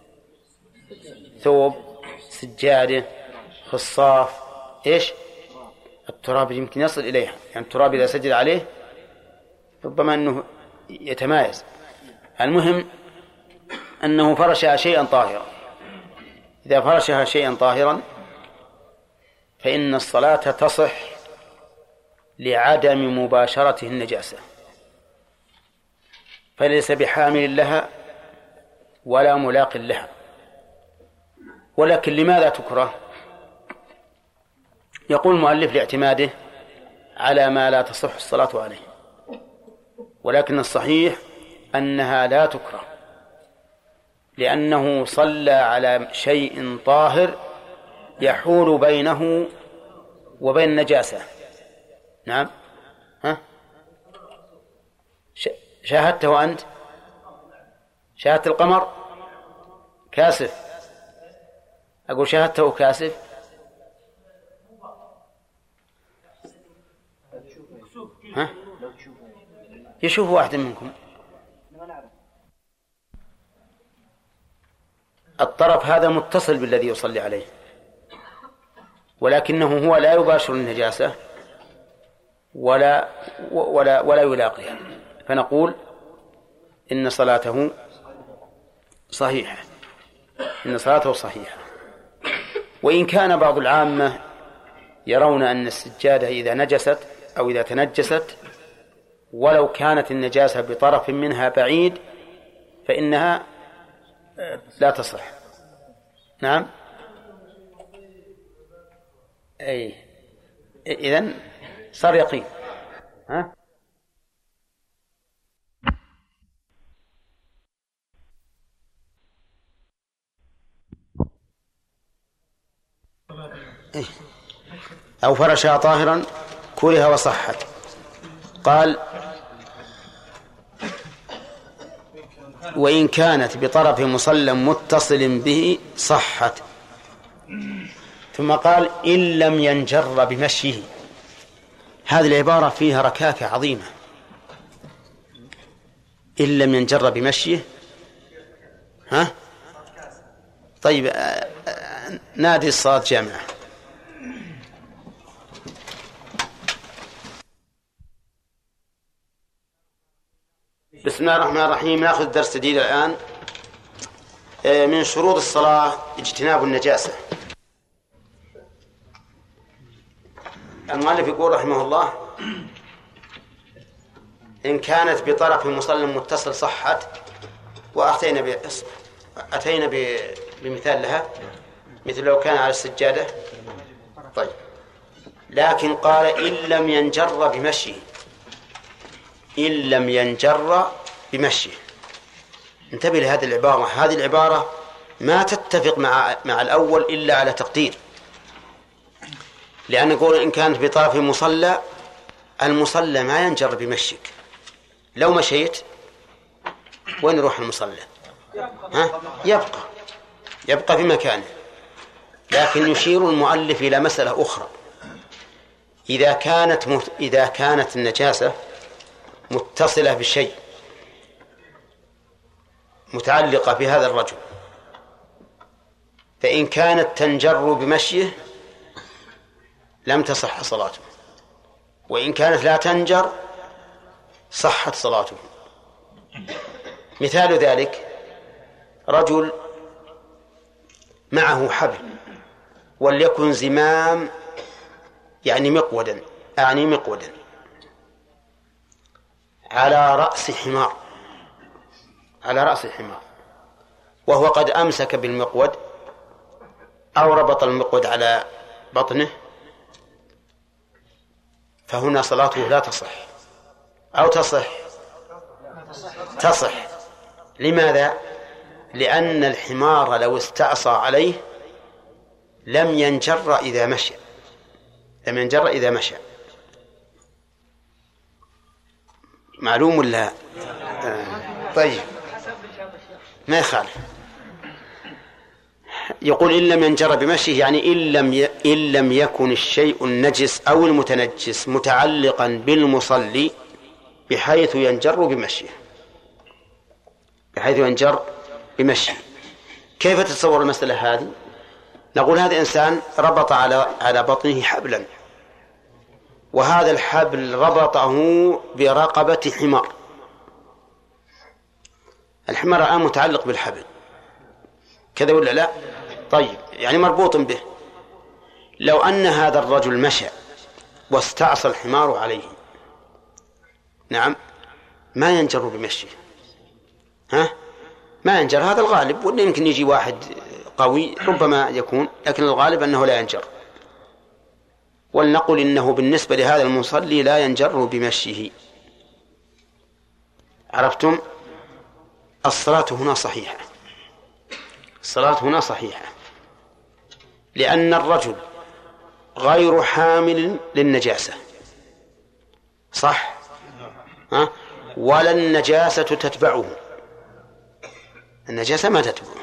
ثوب، سجادة، خصاف، إيش التراب يمكن يصل إليها، يعني التراب إذا سجد عليه ربما أنه يتمايز. المهم أنه فرشها شيئا طاهرا. إذا فرشها شيئا طاهرا فإن الصلاة تصح لعدم مباشرته النجاسة، فليس بحامل لها ولا ملاق لها. ولكن لماذا تكره؟ يقول المؤلف لاعتماده على ما لا تصح الصلاة عليه، ولكن الصحيح أنها لا تكره لأنه صلى على شيء طاهر يحول بينه وبين النجاسة. نعم، ها؟ شاهدته أنت؟ شاهدت القمر كاسف؟ أقول شاهدته كاسف؟ ها؟ يشوف واحد منكم الطرف هذا متصل بالذي يصلي عليه، ولكنه هو لا يباشر النجاسة ولا ولا ولا يلاقيها، فنقول إن صلاته صحيحة، إن صلاته صحيحة. وإن كان بعض العامة يرون أن السجادة إذا نجست أو إذا تنجست ولو كانت النجاسة بطرف منها بعيد فإنها لا تصح. نعم، أي إذن صار يقين. ها؟ أو فرشها طاهرا كره وصحت. قال وإن كانت بطرف مصلى متصل به صحت. ثم قال إن لم ينجر بمشيه. هذه العبارة فيها ركاكة عظيمة. إن لم ينجر بمشيه. ها؟ طيب نادي الصاد جامعة. بسم الله الرحمن الرحيم. نأخذ درس جديد الآن. من شروط الصلاة اجتناب النجاسة. المؤلف يقول رحمه الله إن كانت بطرف مصلى متصل صحت، وأتينا ب... أتينا ب... بمثال لها مثل لو كان على السجادة. طيب، لكن قال إن لم ينجر بمشيه. إن لم ينجر بمشيه. انتبه لهذه العبارة. هذه العبارة ما تتفق مع مع الأول إلا على تقدير، لأن نقول إن كانت بطرف مصلى، المصلى ما ينجر بمشيك. لو مشيت وين يروح المصلى؟ ها؟ يبقى يبقى في مكانه. لكن يشير المؤلف إلى مسألة أخرى. إذا كانت إذا كانت النجاسة متصلة بالشيء، متعلقة بهذا الرجل، فإن كانت تنجر بمشيه لم تصح صلاته، وإن كانت لا تنجر صحت صلاته. مثال ذلك رجل معه حبل وليكن زمام، يعني مقودا، أعني مقودا، على رأس حمار، على رأس حمار، وهو قد أمسك بالمقود أو ربط المقود على بطنه، فهنا صلاته لا تصح أو تصح تصح. لماذا؟ لأن الحمار لو استعصى عليه لم ينجر إذا مشى، لم ينجر إذا مشى. معلوم ولا؟ آه. طيب ما يخالف. يقول إن لم ينجر بمشيه، يعني إن لم ي... إن لم يكن الشيء النجس أو المتنجس متعلقا بالمصلي بحيث ينجر بمشيه، بحيث ينجر بمشيه. كيف تتصور المسألة هذه؟ نقول هذا إنسان ربط على على بطنه حبلا، وهذا الحبل ربطه برقبة حمار، الحمار الآن متعلق بالحبل كذا ولا لا؟ طيب يعني مربوط به. لو أن هذا الرجل مشى واستعصى الحمار عليه، نعم، ما ينجر بمشيه، ها ما ينجر، هذا الغالب، ولا يمكن يجي واحد قوي ربما يكون، لكن الغالب أنه لا ينجر. ولنقل إنه بالنسبة لهذا المصلي لا ينجر بمشيه. عرفتم؟ الصلاة هنا صحيحة، الصلاة هنا صحيحة، لأن الرجل غير حامل للنجاسة، صح؟ ها؟ ولا النجاسة تتبعه، النجاسة ما تتبعه،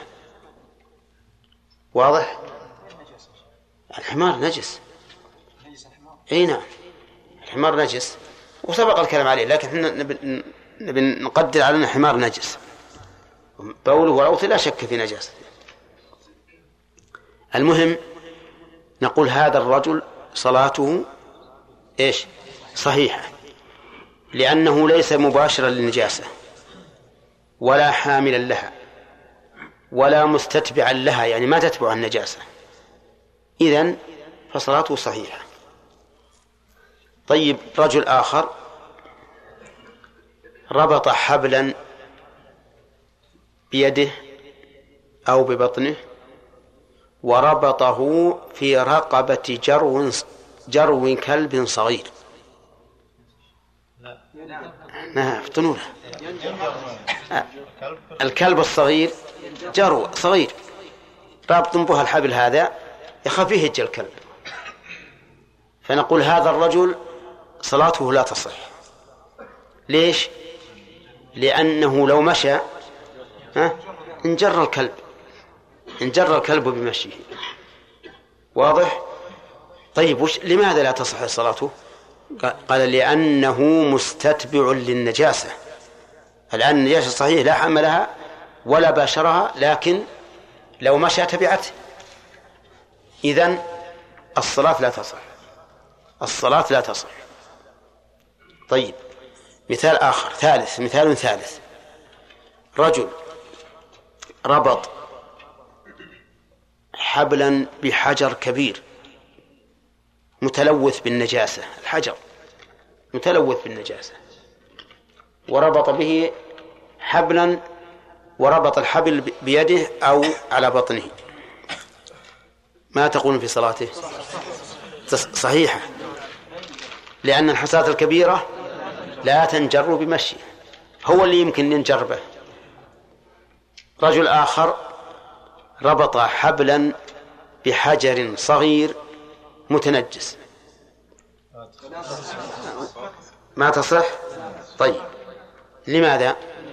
واضح؟ الحمار نجس، اي نعم الحمار نجس وسبق الكلام عليه، لكن احنا نبي نبي نقدر على أن الحمار نجس، بوله وروثه لا شك في نجاسته. المهم نقول هذا الرجل صلاته ايش؟ صحيحة، لأنه ليس مباشرا للنجاسة ولا حاملا لها ولا مستتبعا لها، يعني ما تتبع النجاسة، إذن فصلاته صحيحة. طيب رجل آخر ربط حبلا بيده أو ببطنه وربطه في رقبة جرو جرو كلب صغير، لا افتنوله، الكلب الصغير جرو صغير رابط به الحبل هذا يخاف يهج الكلب، فنقول هذا الرجل صلاته لا تصح. ليش؟ لأنه لو مشى ها انجر الكلب، انجر الكلب بمشيه، واضح؟ طيب وش لماذا لا تصح صلاته؟ قال لأنه مستتبع للنجاسة. الآن النجاسة صحيح لا حملها ولا باشرها، لكن لو مشى تبعته، إذن الصلاة لا تصح، الصلاة لا تصح. طيب مثال آخر ثالث، مثال ثالث، رجل ربط حبلا بحجر كبير متلوث بالنجاسة، الحجر متلوث بالنجاسة، وربط به حبلا وربط الحبل بيده أو على بطنه، ما تقول في صلاته؟ صحيحة، لأن الحصاة الكبيرة لا تنجر بمشي، هو اللي يمكن ينجر به. رجل آخر ربط حبلا بحجر صغير متنجس، ما تصح. طيب لماذا؟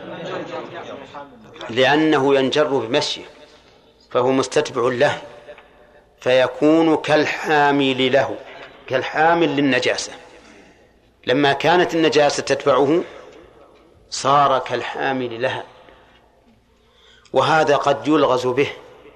لأنه ينجر بمشي فهو مستتبع له، فيكون كالحامل له، كالحامل للنجاسة، لما كانت النجاسة تتبعه صار كالحامل لها. وهذا قد يلغز به،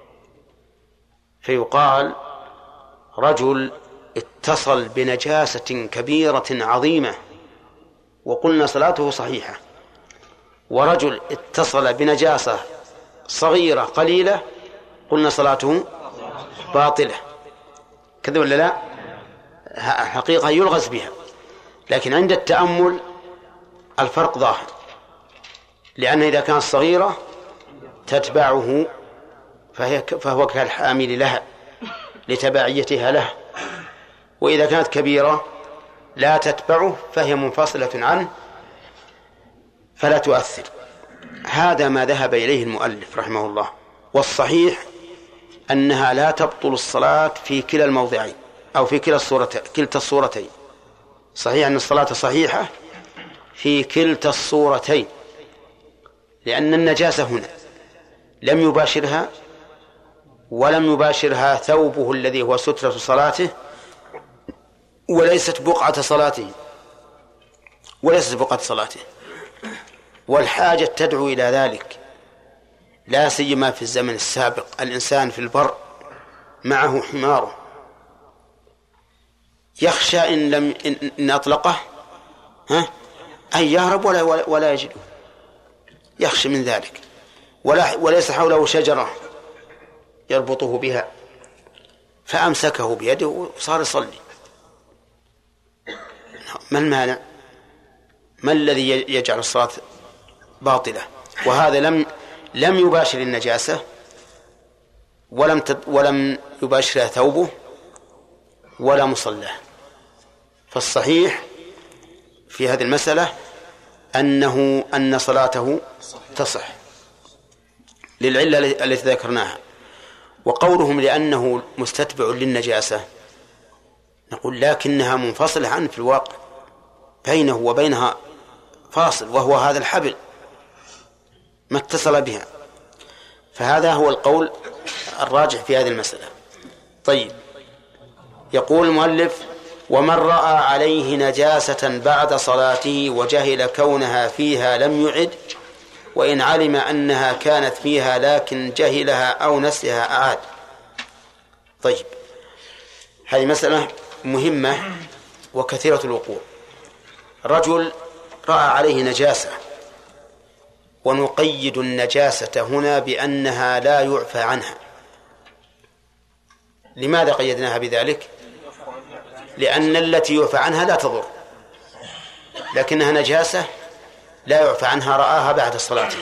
فيقال رجل اتصل بنجاسة كبيرة عظيمة وقلنا صلاته صحيحة، ورجل اتصل بنجاسة صغيرة قليلة قلنا صلاته باطلة، كذا ولا لا؟ حقيقة يلغز بها، لكن عند التأمل الفرق ظاهر، لأن إذا كانت صغيرة تتبعه فهي فهو كالحامل لها لتبعيتها له، وإذا كانت كبيرة لا تتبعه فهي منفصلة عنه فلا تؤثر. هذا ما ذهب إليه المؤلف رحمه الله. والصحيح أنها لا تبطل الصلاة في كلا الموضعين أو في كلا الصورتين كلتا الصورتين. صحيح أن الصلاة صحيحة في كلتا الصورتين، لأن النجاسة هنا لم يباشرها ولم يباشرها ثوبه الذي هو سترة صلاته، وليست بقعة صلاته وليست بقعة صلاته والحاجة تدعو إلى ذلك، لا سيما في الزمن السابق. الإنسان في البر معه حماره يخشى إن لم إن, إن أطلقه ها أن يهرب ولا, ولا, ولا يجده، يخشى من ذلك، ولا وليس حوله شجرة يربطه بها، فأمسكه بيده وصار يصلي. ما المانع؟ ما الذي يجعل الصلاة باطلة؟ وهذا لم لم يباشر النجاسة ولم ولم يباشرها ثوبه ولا مصلاه. فالصحيح في هذه المسألة أنه أن صلاته تصح للعلة التي ذكرناها. وقولهم لأنه مستتبع للنجاسة نقول لكنها منفصلة عنه في الواقع، بينه وبينها فاصل وهو هذا الحبل ما اتصل بها. فهذا هو القول الراجح في هذه المسألة. طيب، يقول المؤلف: ومن رأى عليه نجاسة بعد صلاته وجهل كونها فيها لم يعد، وإن علم أنها كانت فيها لكن جهلها أو نسيها أعاد. طيب، هذه مسألة مهمة وكثيرة الوقوع. رجل رأى عليه نجاسة، ونقيد النجاسة هنا بأنها لا يعفى عنها. لماذا قيدناها بذلك؟ لأن التي يعفى عنها لا تضر، لكنها نجاسة لا يعفى عنها، رآها بعد الصلاة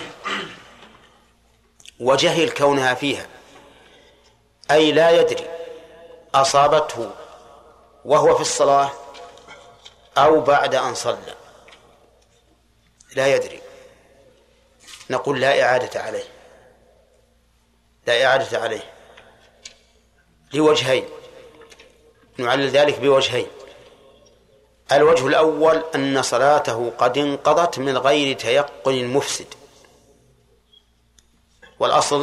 وجهل كونها فيها، أي لا يدري أصابته وهو في الصلاة أو بعد أن صلى، لا يدري. نقول لا إعادة عليه، لا إعادة عليه لوجهين، نعلل ذلك بوجهين. الوجه الأول أن صلاته قد انقضت من غير تيقن مفسد، والأصل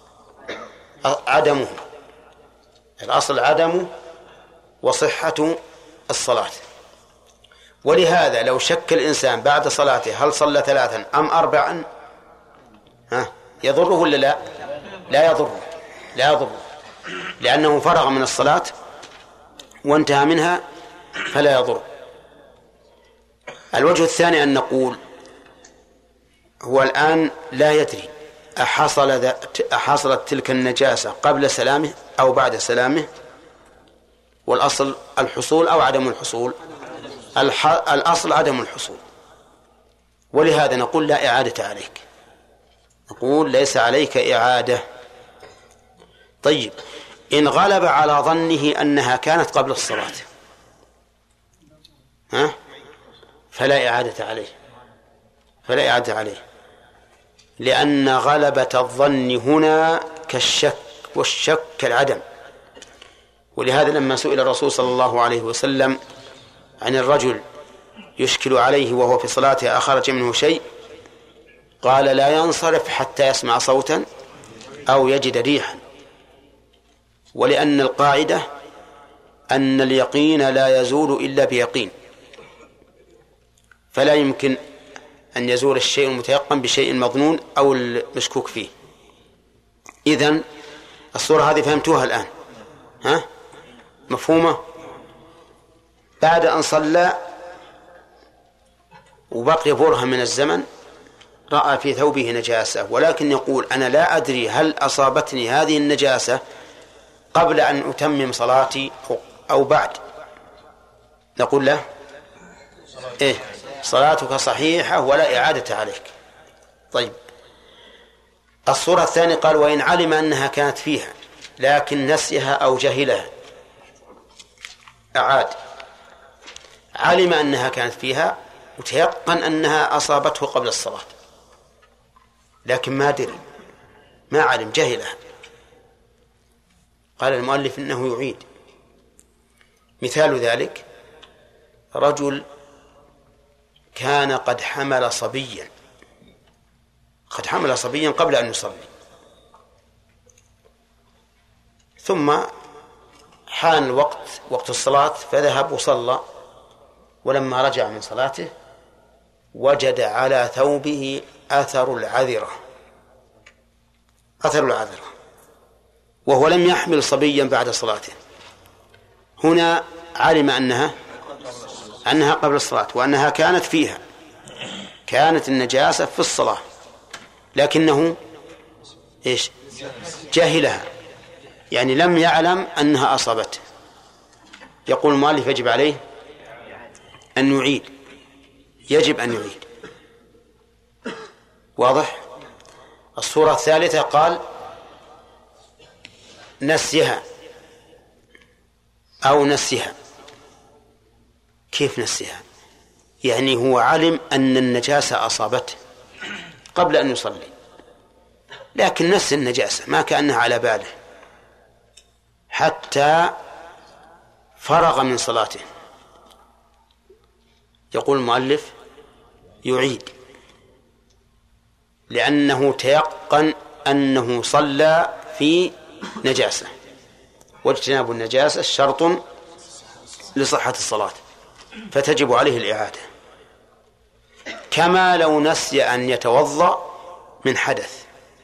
عدمه، الأصل عدمه وصحة الصلاة. ولهذا لو شك الإنسان بعد صلاته هل صلى ثلاثا أم أربعا ها يضره ولا لا؟ لا يضره، لا يضره، لأنه فرغ من الصلاة وانتهى منها فلا يضر. الوجه الثاني أن نقول هو الآن لا يدري أحصل أحصلت تلك النجاسة قبل سلامه أو بعد سلامه، والأصل الحصول أو عدم الحصول، الأصل عدم الحصول. ولهذا نقول لا إعادة عليك، نقول ليس عليك إعادة. طيب، إن غلب على ظنه أنها كانت قبل الصلاة ها فلا إعادة عليه، فلا إعادة عليه، لأن غلبة الظن هنا كالشك، والشك كالعدم. ولهذا لما سئل الرسول صلى الله عليه وسلم عن الرجل يشكل عليه وهو في صلاته أخرج منه شيء، قال لا ينصرف حتى يسمع صوتا أو يجد ريحا، ولأن القاعدة أن اليقين لا يزول إلا بيقين، فلا يمكن أن يزول الشيء المتيقن بشيء مظنون أو المشكوك فيه. إذن الصورة هذه فهمتوها الآن ها؟ مفهومة؟ بعد أن صلى وبقي برهة من الزمن رأى في ثوبه نجاسة، ولكن يقول أنا لا أدري هل أصابتني هذه النجاسة قبل أن أتمم صلاتي أو بعد. نقول له إيه صلاتك صحيحة ولا إعادة عليك. طيب، الصورة الثانية قال وإن علم أنها كانت فيها لكن نسيها أو جهلها أعاد. علم أنها كانت فيها وتيقن أنها أصابته قبل الصلاة لكن ما دري، ما علم، جهلها. قال المؤلف إنه يعيد. مثال ذلك رجل كان قد حمل صبيا قد حمل صبيا قبل أن يصلي، ثم حان الوقت وقت الصلاة فذهب وصلى، ولما رجع من صلاته وجد على ثوبه أثر العذرة أثر العذرة وهو لم يحمل صبيا بعد صلاته. هنا علم أنها أنها قبل الصلاة وأنها كانت فيها، كانت النجاسة في الصلاة، لكنه إيش جاهلها، يعني لم يعلم أنها أصابته. يقول المؤلف يجب عليه أن يعيد، يجب أن يعيد. واضح؟ الصورة الثالثة قال نسيها أو نسيها. كيف نسيها؟ يعني هو علم أن النجاسة أصابته قبل أن يصلي لكن نسي النجاسة، ما كأنها على باله حتى فرغ من صلاته. يقول المؤلف يعيد لأنه تيقن أنه صلى في نجاسة، واجتناب النجاسة شرط لصحة الصلاة فتجب عليه الإعادة، كما لو نسي أن يتوضأ من حدث،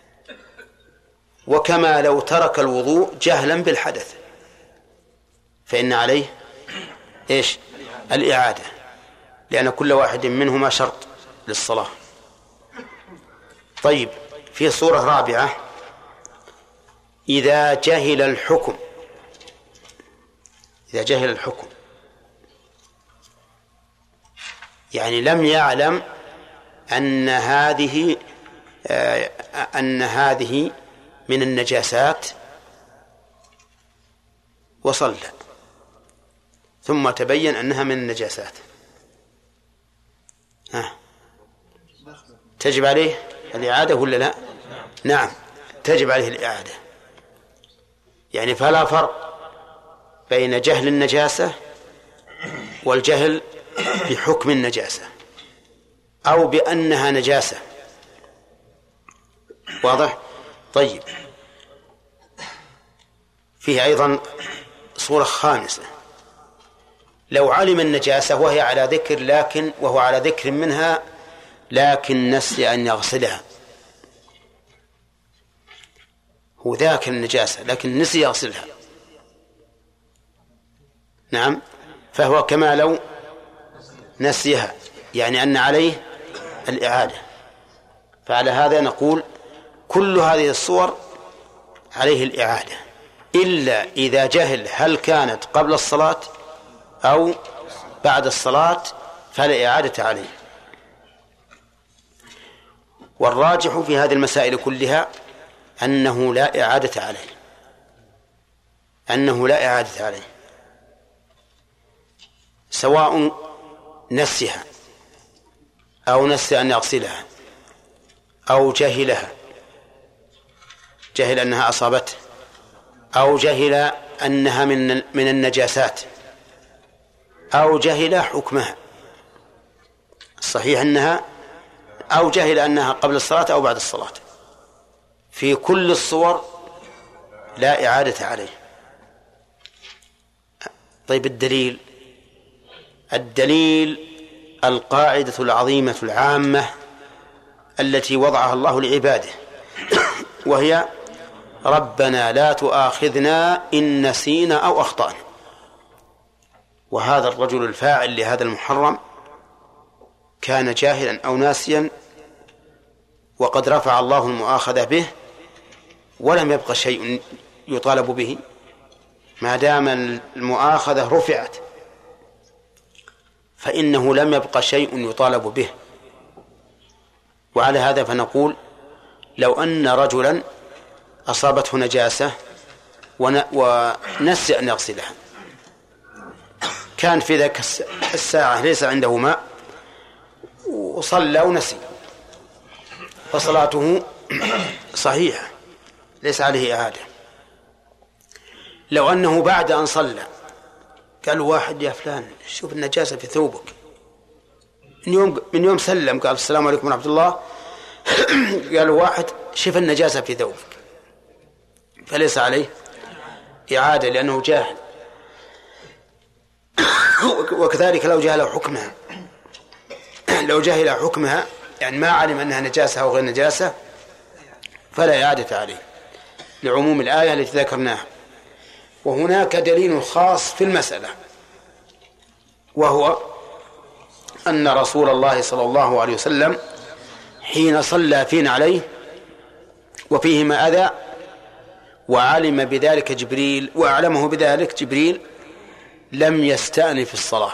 وكما لو ترك الوضوء جهلا بالحدث فإن عليه إيش الإعادة، لأن كل واحد منهما شرط للصلاة. طيب، في صورة رابعة إذا جهل الحكم إذا جهل الحكم يعني لم يعلم أن هذه أن هذه من النجاسات وصلى ثم تبين أنها من النجاسات، ها تجب عليه الإعادة ولا لا؟ نعم تجب عليه الإعادة. يعني فلا فرق بين جهل النجاسة والجهل بحكم النجاسة أو بأنها نجاسة. واضح؟ طيب، فيه أيضا صورة خامسة لو علم النجاسة وهي على ذكر لكن وهو على ذكر منها لكن نسي أن يغسلها، هو ذاكر النجاسة لكن نسي يغسلها، نعم فهو كما لو نسيها، يعني أن عليه الإعادة. فعلى هذا نقول كل هذه الصور عليه الإعادة إلا إذا جهل هل كانت قبل الصلاة أو بعد الصلاة فلا إعادة عليه. والراجح في هذه المسائل كلها أنه لا إعادة عليه أنه لا إعادة عليه سواء نسيها أو نسي أن يغسلها أو جهلها جهل أنها أصابته أو جهل أنها من من النجاسات أو جهل حكمها الصحيح أنها أو جهل أنها قبل الصلاة أو بعد الصلاة. في كل الصور لا إعادة عليه. طيب، الدليل الدليل القاعدة العظيمة العامة التي وضعها الله لعباده وهي ربنا لا تؤاخذنا إن نسينا أو أخطأنا. وهذا الرجل الفاعل لهذا المحرم كان جاهلا أو ناسيا وقد رفع الله المؤاخذة به ولم يبقى شيء يطالب به ما دام المؤاخذة رفعت، فإنه لم يبق شيء يطالب به. وعلى هذا فنقول لو أن رجلا أصابته نجاسة ونسي أن يغسلها، كان في ذاك الساعة ليس عنده ماء وصلى ونسي، فصلاته صحيحة ليس عليه إعادة. لو أنه بعد أن صلى قال واحد يا فلان شوف النجاسة في ثوبك، من يوم, من يوم سلم قال السلام عليكم ورحمة الله، قال واحد شوف النجاسة في ثوبك، فليس عليه إعادة لأنه جاهل. وكذلك لو جهل حكمها، لو جهل حكمها يعني ما علم أنها نجاسة أو غير نجاسة فلا إعادة عليه لعموم الآية التي ذكرناها. وهناك دليل خاص في المسألة، وهو أن رسول الله صلى الله عليه وسلم حين صلى فينا عليه وفيهما أذى وعلم بذلك جبريل وأعلمه بذلك جبريل لم يستأنف الصلاة،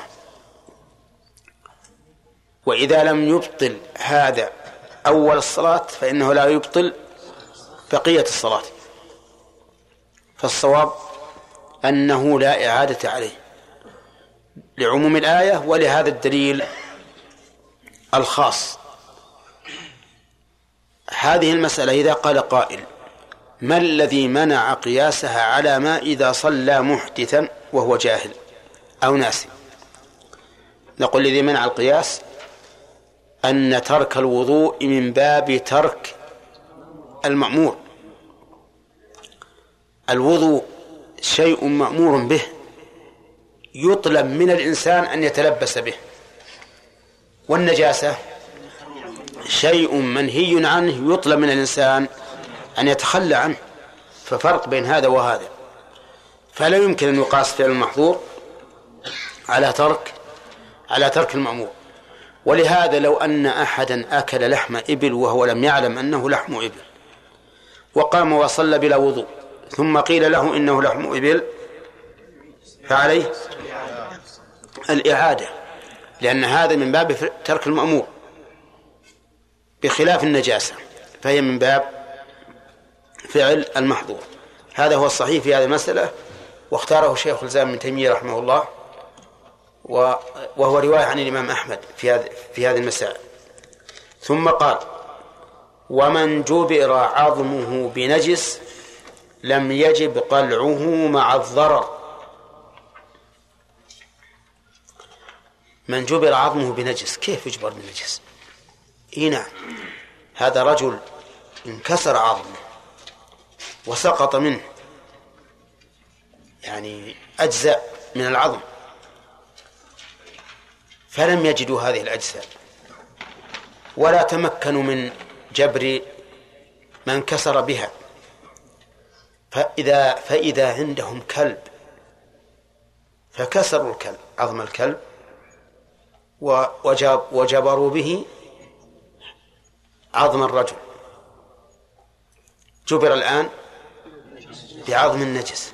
وإذا لم يبطل هذا أول الصلاة فإنه لا يبطل بقية الصلاة. فالصواب أنه لا إعادة عليه لعموم الآية ولهذا الدليل الخاص. هذه المسألة إذا قال قائل ما الذي منع قياسها على ما إذا صلى محدثا وهو جاهل أو ناسي؟ نقول الذي منع القياس أن ترك الوضوء من باب ترك المأمور. الوضوء شيء مأمور به يطلب من الإنسان أن يتلبس به، والنجاسة شيء منهي عنه يطلب من الإنسان أن يتخلى عنه، ففرق بين هذا وهذا. فلا يمكن أن يقاس فعل المحظور على ترك على ترك المأمور. ولهذا لو أن أحدا أكل لحم إبل وهو لم يعلم أنه لحم إبل وقام وصلى بلا وضوء ثم قيل له إنه لحم إبل فعليه الإعادة، لأن هذا من باب ترك المأمور بخلاف النجاسة فهي من باب فعل المحظور. هذا هو الصحيح في هذه المسألة، واختاره شيخ الإسلام ابن تيمية رحمه الله، وهو رواية عن الإمام أحمد في هذه في هذه المسائل. ثم قال ومن جبر عظمه بنجس لم يجب قلعه مع الضرر. من جبر عظمه بنجس، كيف يجبر بنجس؟ إيه نعم، هذا رجل انكسر عظمه وسقط منه يعني أجزاء من العظم فلم يجدوا هذه الأجزاء ولا تمكنوا من جبر ما انكسر بها، فإذا, فإذا عندهم كلب فكسروا الكلب عظم الكلب وجب وجبروا به عظم الرجل، جبر الآن بعظم النجس.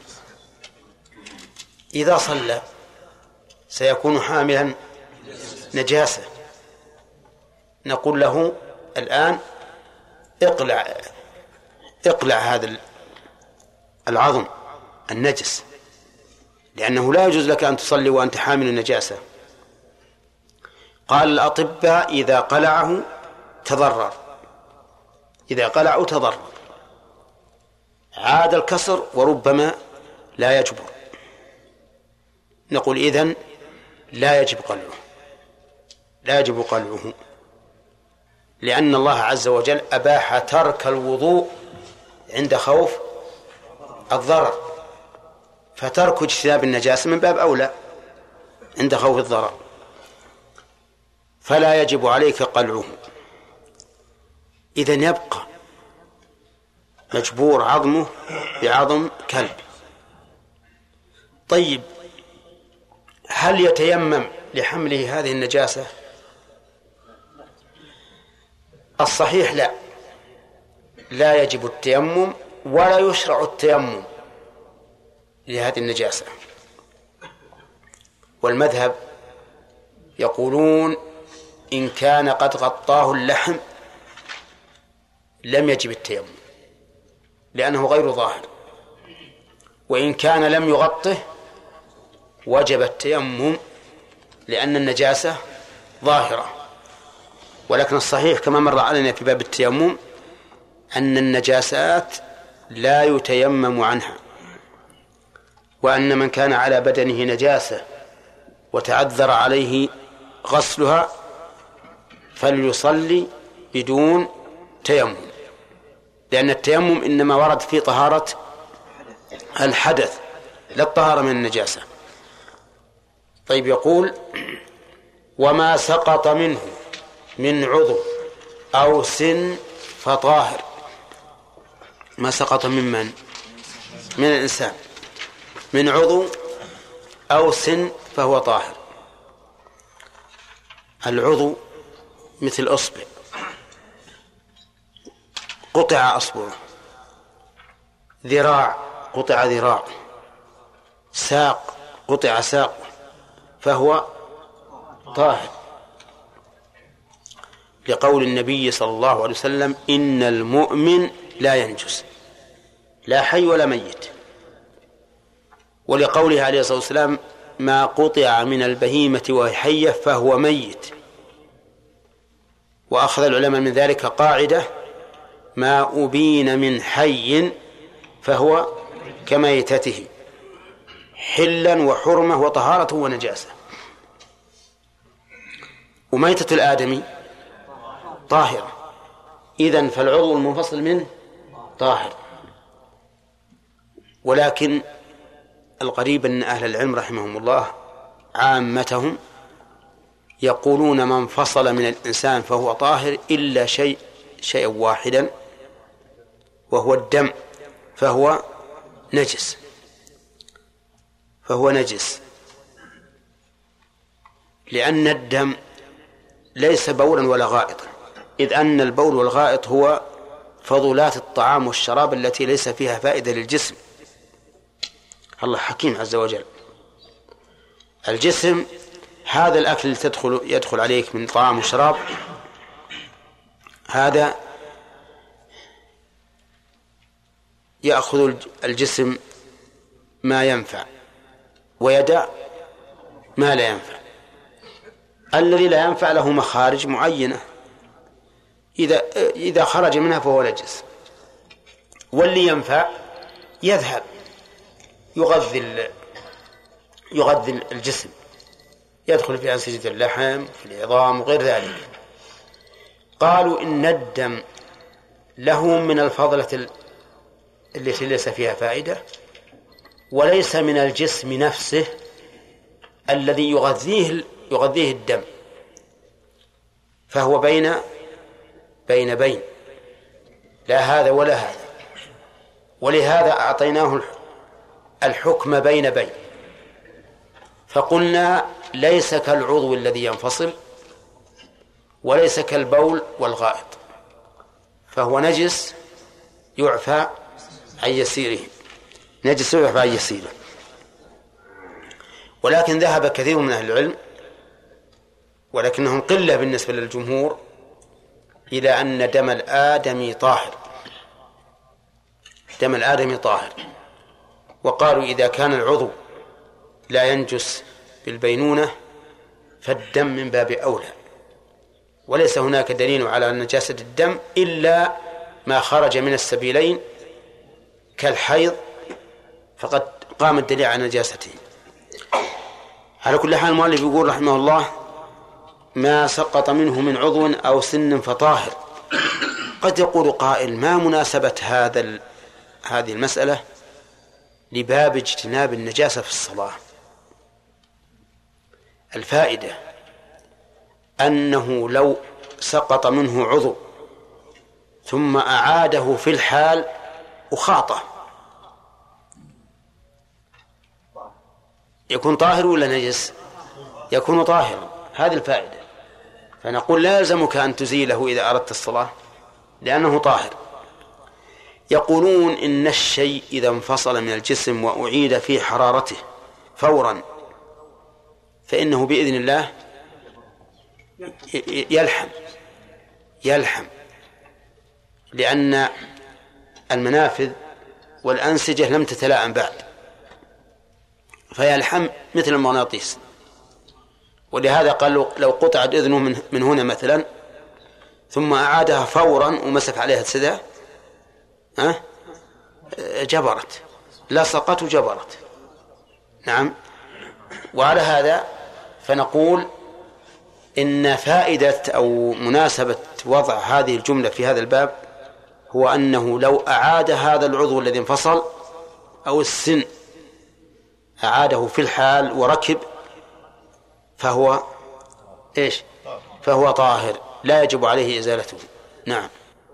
إذا صلى سيكون حاملا نجاسة، نقول له الآن اقلع اقلع هذا العظم النجس، لأنه لا يجوز لك أن تصلي وأنت حامل النجاسة. قال الأطباء إذا قلعه تضرر، إذا قلعه تضرر، عاد الكسر وربما لا يجبر. نقول إذن لا يجب قلعه، لا يجب قلعه، لأن الله عز وجل أباح ترك الوضوء عند خوف الضرر، فترك اجتناب النجاسة من باب أولى عند خوف الضرر، فلا يجب عليك قلعه. إذن يبقى مجبور عظمه بعظم كلب. طيب هل يتيمم لحمله هذه النجاسة؟ الصحيح لا، لا يجب التيمم ولا يشرع التيمم لهذه النجاسة. والمذهب يقولون إن كان قد غطاه اللحم لم يجب التيمم لأنه غير ظاهر، وإن كان لم يغطه وجب التيمم لأن النجاسة ظاهرة. ولكن الصحيح كما مر علينا في باب التيمم أن النجاسات لا يتيمم عنها، وأن من كان على بدنه نجاسة وتعذر عليه غسلها فليصلي بدون تيمم، لأن التيمم إنما ورد في طهارة الحدث لا الطهارة من النجاسة. طيب، يقول وما سقط منه من عضو أو سن فطاهر. ما سقط من من؟ من الإنسان، من عضو أو سن فهو طاهر. العضو مثل أصبع قطع أصبعه، ذراع قطع ذراع، ساق قطع ساق، فهو طاهر، لقول النبي صلى الله عليه وسلم إن المؤمن لا ينجس لا حي ولا ميت، ولقوله عليه الصلاة والسلام ما قطع من البهيمة وهي حية فهو ميت. وأخذ العلماء من ذلك قاعدة ما أبين من حي فهو كميتته حلا وحرمة وطهارة ونجاسة. وميتة الآدمي طاهرة، إذن فالعضو المنفصل منه طاهر. ولكن القريب أن أهل العلم رحمهم الله عامتهم يقولون ما انفصل من الإنسان فهو طاهر إلا شيء شيئا واحدا وهو الدم، فهو نجس فهو نجس لأن الدم ليس بولا ولا غائطا، إذ أن البول والغائط هو فضلات الطعام والشراب التي ليس فيها فائدة للجسم. الله حكيم عز وجل. الجسم هذا الأكل اللي تدخل يدخل عليك من طعام وشراب، هذا يأخذ الجسم ما ينفع ويدع ما لا ينفع. الذي لا ينفع له مخارج معينة، إذا إذا خرج منها فهو نجس، واللي ينفع يذهب يغذي يغذي الجسم، يدخل في أنسجة اللحم في العظام وغير ذلك. قالوا إن الدم له من الفضلة التي ليس فيها فائدة، وليس من الجسم نفسه الذي يغذيه يغذيه الدم، فهو بين بين بين لا هذا ولا هذا، ولهذا أعطيناه الحكم بين بين، فقلنا ليس كالعضو الذي ينفصل وليس كالبول والغائط، فهو نجس يعفى عن يسيره، نجس يعفى عن يسيره. ولكن ذهب كثير من أهل العلم، ولكنهم قلة بالنسبة للجمهور، إلى أن دم الآدمي طاهر، دم الآدمي طاهر. وقالوا إذا كان العضو لا ينجس بالبينونة فالدم من باب أولى، وليس هناك دليل على نجاسة الدم إلا ما خرج من السبيلين كالحيض، فقد قام الدليل على نجاسته. على كل حال المؤلف يقول رحمه الله ما سقط منه من عضو أو سن فطاهر. قد يقول قائل ما مناسبة هذا هذه المسألة لباب اجتناب النجاسة في الصلاة؟ الفائدة أنه لو سقط منه عضو ثم أعاده في الحال أخاطة يكون طاهر ولا نجس؟ يكون طاهرا. هذه الفائدة. فنقول لا يلزمك أن تزيله إذا أردت الصلاة لأنه طاهر. يقولون إن الشيء إذا انفصل من الجسم وأعيد في حرارته فورا فإنه بإذن الله يلحم يلحم لأن المنافذ والأنسجة لم تتلائم بعد، فيلحم مثل المغناطيس. ولهذا قال لو قطعت أذنه من هنا مثلا ثم أعادها فورا ومسك عليها السدى ها جبرت، لصقت وجبرت. نعم. وعلى هذا فنقول إن فائدة أو مناسبة وضع هذه الجملة في هذا الباب هو أنه لو أعاد هذا العضو الذي انفصل أو السن أعاده في الحال وركب فهو إيش؟ فهو طاهر لا يجب عليه إزالته. نعم.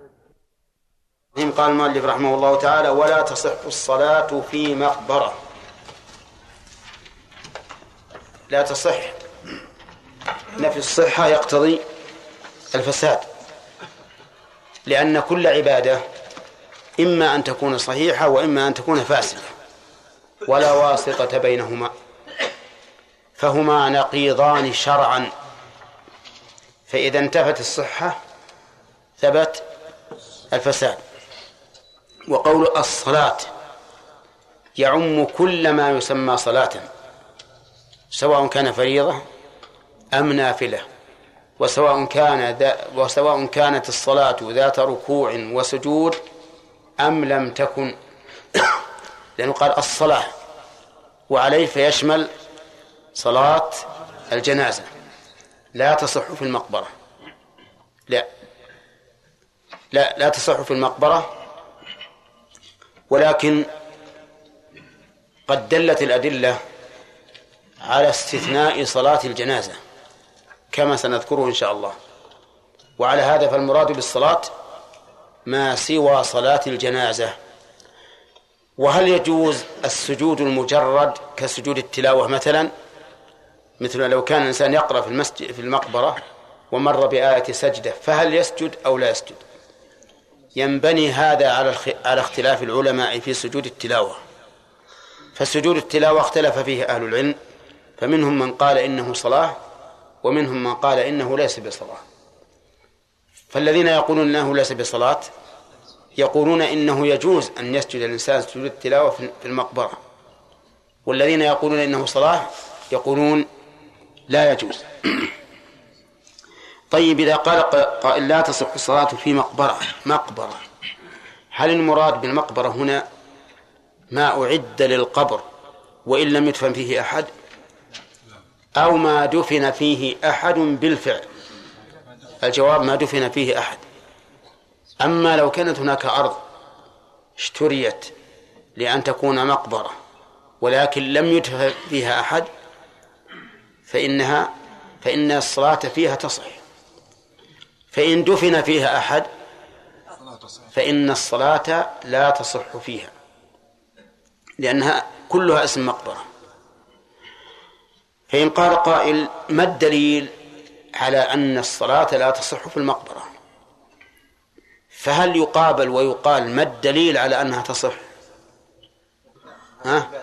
قال المؤلف رحمه الله تعالى: ولا تصح الصلاة في مقبرة. لا تصح، نفي الصحة يقتضي الفساد، لأن كل عبادة إما أن تكون صحيحة وإما أن تكون فاسدة ولا واسطة بينهما، فهما نقيضان شرعا. فإذا انتفت الصحة ثبت الفساد. وقول الصلاة يعم كل ما يسمى صلاة، سواء كان فريضة أم نافلة، وسواء كان وسواء كانت الصلاة ذات ركوع وسجود أم لم تكن، لأنه قال الصلاة وعليه فيشمل صلاة الجنازة. لا تصح في المقبرة، لا لا لا تصح في المقبرة، ولكن قد دلت الأدلة على استثناء صلاة الجنازة كما سنذكره إن شاء الله. وعلى هذا فالمراد بالصلاة ما سوى صلاة الجنازة. وهل يجوز السجود المجرد كسجود التلاوة مثلا، مثل لو كان الإنسان يقرأ في المسجد في المقبرة ومر بآية سجدة فهل يسجد أو لا يسجد؟ ينبني هذا على على اختلاف العلماء في سجود التلاوة. فسجود التلاوة اختلف فيه أهل العلم، فمنهم من قال إنه صلاة ومنهم من قال إنه ليس بصلاة. فالذين يقولون إنه ليس بصلاة يقولون إنه يجوز أن يسجد الإنسان سجود التلاوة في المقبرة، والذين يقولون إنه صلاة يقولون لا يجوز. طيب، إذا قال قائل لا تصح الصلاة في مقبرة، مقبرة هل المراد بالمقبرة هنا ما أعد للقبر وإن لم يدفن فيه أحد، أو ما دفن فيه أحد بالفعل؟ الجواب ما دفن فيه أحد. أما لو كانت هناك أرض اشتريت لأن تكون مقبرة ولكن لم يدفن فيها أحد فإنها فإن الصلاة فيها تصح. فإن دفن فيها أحد فإن الصلاة لا تصح فيها، لأنها كلها اسم مقبرة. فإن قال قائل ما الدليل على أن الصلاة لا تصح في المقبرة؟ فهل يقابل ويقال ما الدليل على أنها تصح؟ ها؟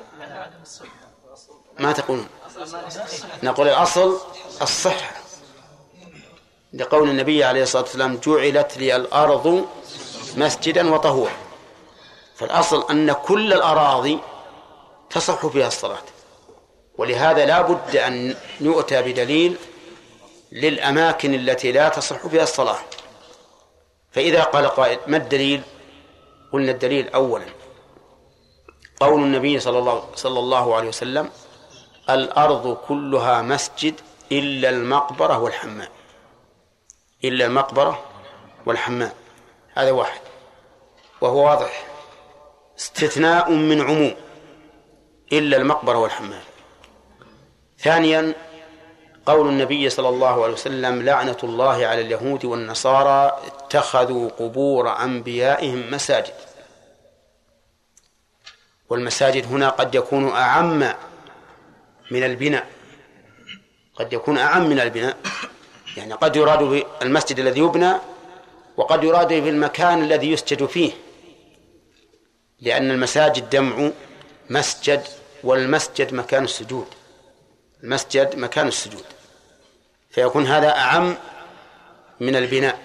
ما تقولون؟ نقول الأصل الصحة، لقول النبي عليه الصلاة والسلام جعلت لي الأرض مسجدا وطهورا. فالأصل أن كل الأراضي تصح فيها الصلاة، ولهذا لا بد أن يؤتى بدليل للأماكن التي لا تصح فيها الصلاة. فإذا قال قائل ما الدليل؟ قلنا الدليل أولا قول النبي صلى الله, صلى الله عليه وسلم الأرض كلها مسجد إلا المقبرة والحمام، إلا المقبرة والحمام. هذا واحد، وهو واضح، استثناء من عموم إلا المقبرة والحمام. ثانيا قول النبي صلى الله عليه وسلم لعنة الله على اليهود والنصارى اتخذوا قبور أنبيائهم مساجد. والمساجد هنا قد يكون أعم من البناء، قد يكون أعم من البناء، يعني قد يراد به المسجد الذي يبنى وقد يراد به المكان الذي يسجد فيه، لأن المساجد جمع مسجد، والمسجد مكان السجود، المسجد مكان السجود. فيكون هذا أعم من البناء.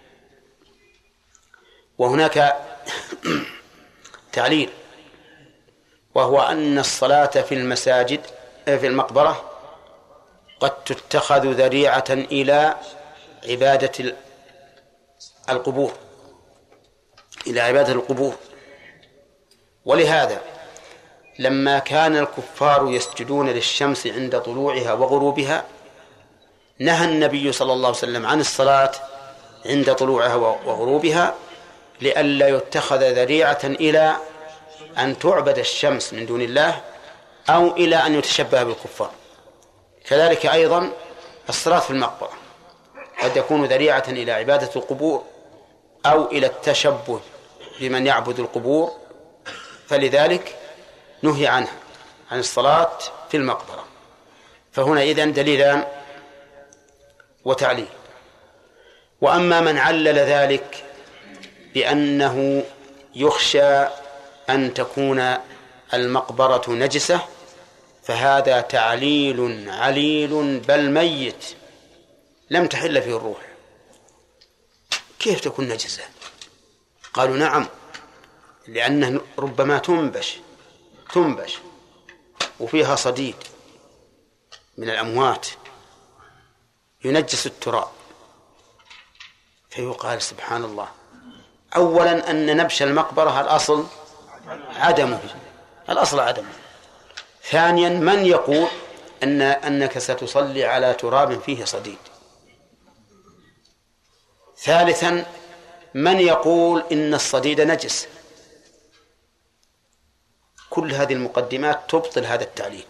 وهناك تعليل، وهو أن الصلاة في المساجد في المقبرة قد تتخذ ذريعة إلى عبادة القبور إلى عبادة القبور. ولهذا لما كان الكفار يسجدون للشمس عند طلوعها وغروبها نهى النبي صلى الله عليه وسلم عن الصلاة عند طلوعها وغروبها لئلا يتخذ ذريعة إلى أن تعبد الشمس من دون الله أو إلى أن يتشبه بالكفار. كذلك أيضا الصلاة في المقبرة قد يكون ذريعة إلى عبادة القبور أو إلى التشبه بمن يعبد القبور، فلذلك نهي عنها عن الصلاة في المقبرة. فهنا إذن دليلان وتعليل. وأما من علل ذلك بأنه يخشى أن تكون المقبرة نجسة فهذا تعليل عليل بل ميت لم تحل فيه الروح. كيف تكون نجسة؟ قالوا نعم، لأنه ربما تنبش تنبش وفيها صديد من الأموات ينجس التراب، فيقال سبحان الله، أولا أن نبش المقبرة الأصل عدمه الأصل عدمه. ثانيا من يقول أن أنك ستصلي على تراب فيه صديد. ثالثا من يقول إن الصديد نجس. كل هذه المقدمات تبطل هذا التعليل.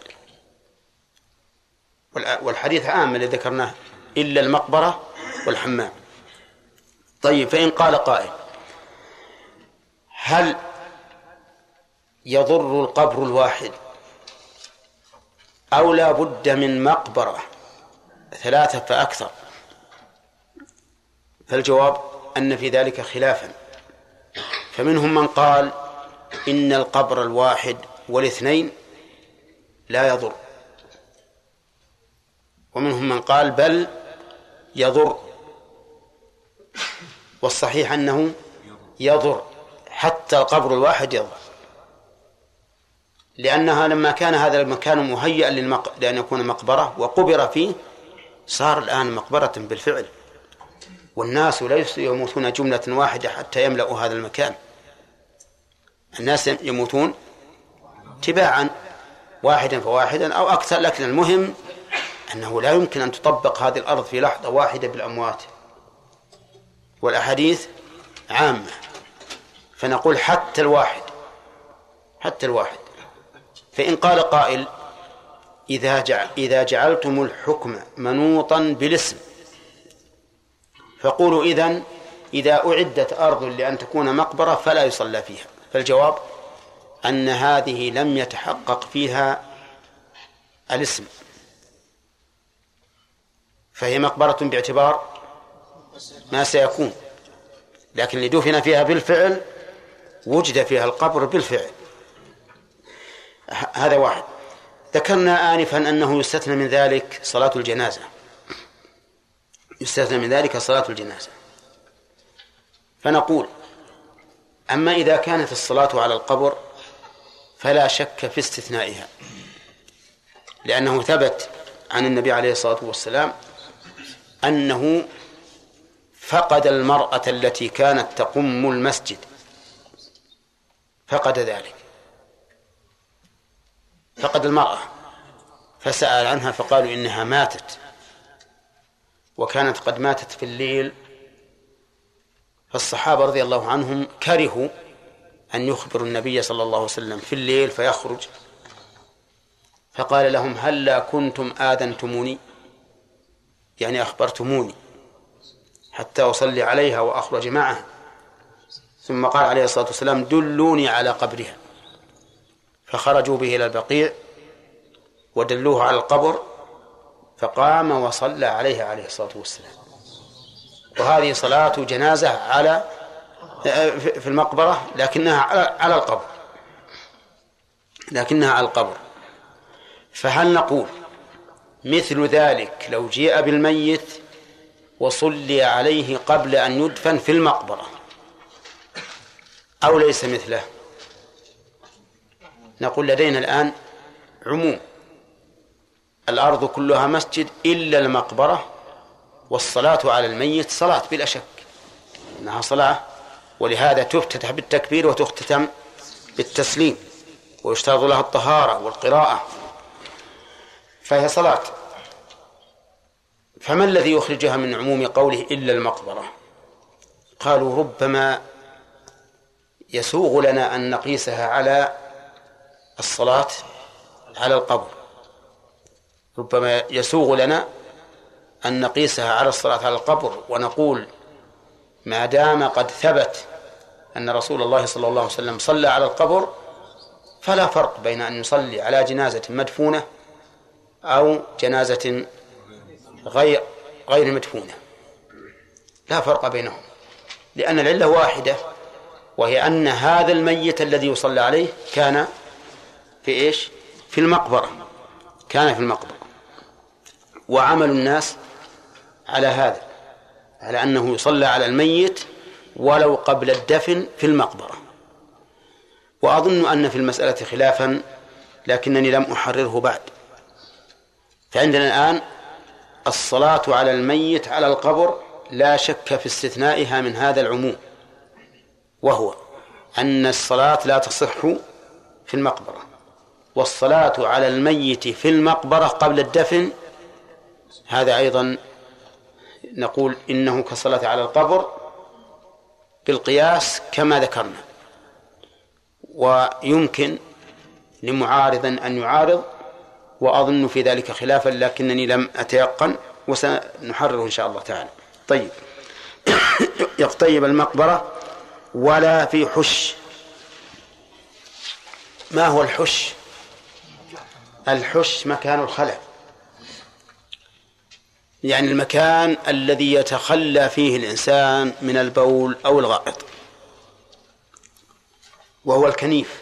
والحديث عام الذي ذكرناه إلا المقبرة والحمام. طيب، فإن قال قائل هل يضر القبر الواحد أو لا بد من مقبرة ثلاثة فأكثر؟ فالجواب أن في ذلك خلافا، فمنهم من قال إن القبر الواحد والاثنين لا يضر، ومنهم من قال بل يضر، والصحيح أنه يضر حتى القبر الواحد يضر، لأنها لما كان هذا المكان مهيئا للمق... لأن يكون مقبرة وقبر فيه صار الآن مقبرة بالفعل، والناس ليسوا يموتون جملة واحدة حتى يملأوا هذا المكان، الناس يموتون تباعا واحدا فواحدا أو أكثر، لكن المهم أنه لا يمكن أن تطبق هذه الأرض في لحظة واحدة بالأموات، والأحاديث عامة، فنقول حتى الواحد حتى الواحد. فإن قال قائل إذا جعل إذا جعلتم الحكم منوطا بالاسم فقولوا إذن إذا أعدت أرض لأن تكون مقبرة فلا يصلى فيها. فالجواب أن هذه لم يتحقق فيها الاسم، فهي مقبرة باعتبار ما سيكون، لكن لدفن فيها بالفعل وجد فيها القبر بالفعل. هذا واحد. ذكرنا آنفا أنه يستثنى من ذلك صلاة الجنازة، يستثنى من ذلك صلاة الجنازة. فنقول أما إذا كانت الصلاة على القبر فلا شك في استثنائها، لأنه ثبت عن النبي عليه الصلاة والسلام أنه فقد المرأة التي كانت تقم المسجد، فقد ذلك، فقد المرأة، فسأل عنها فقالوا إنها ماتت، وكانت قد ماتت في الليل. فالصحابة رضي الله عنهم كرهوا أن يخبروا النبي صلى الله عليه وسلم في الليل فيخرج، فقال لهم هلا كنتم آذنتموني، يعني أخبرتموني حتى أصلي عليها وأخرج معها. ثم قال عليه الصلاة والسلام دلوني على قبرها، فخرجوا به إلى البقيع ودلوه على القبر فقام وصلى عليها عليه الصلاة والسلام. وهذه صلاة جنازة على في المقبرة لكنها على القبر لكنها على القبر. فهل نقول مثل ذلك لو جيء بالميت وصلي عليه قبل أن يدفن في المقبرة أو ليس مثله. نقول لدينا الآن عموم، الأرض كلها مسجد إلا المقبرة، والصلاة على الميت صلاة بلا شك إنها صلاة، ولهذا تفتتح بالتكبير وتختتم بالتسليم، ويشترط لها الطهارة والقراءة، فهي صلاة. فما الذي يخرجها من عموم قوله إلا المقبرة؟ قالوا ربما يسوغ لنا أن نقيسها على الصلاة على القبر، ربما يسوغ لنا أن نقيسها على الصلاة على القبر، ونقول ما دام قد ثبت أن رسول الله صلى الله عليه وسلم صلى على القبر فلا فرق بين أن يصلي على جنازة مدفونة أو جنازة غير غير مدفونة، لا فرق بينهم، لأن العلة واحدة، وهي أن هذا الميت الذي يصلى عليه كان في إيش؟ في المقبرة، كان في المقبرة، وعمل الناس على هذا، على أنه يصلى على الميت ولو قبل الدفن في المقبرة. وأظن أن في المسألة خلافا لكنني لم أحرره بعد. فعندنا الآن الصلاة على الميت على القبر لا شك في استثنائها من هذا العموم، وهو أن الصلاة لا تصح في المقبرة، والصلاة على الميت في المقبرة قبل الدفن هذا أيضا نقول إنه كالصلاة على القبر بالقياس كما ذكرنا. ويمكن لمعارض أن يعارض، وأظن في ذلك خلافا لكنني لم أتيقن، وسنحرره إن شاء الله تعالى. طيب يقطيب المقبرة ولا في حش. ما هو الحش؟ الحش مكان الخلع، يعني المكان الذي يتخلى فيه الإنسان من البول أو الغائط، وهو الكنيف،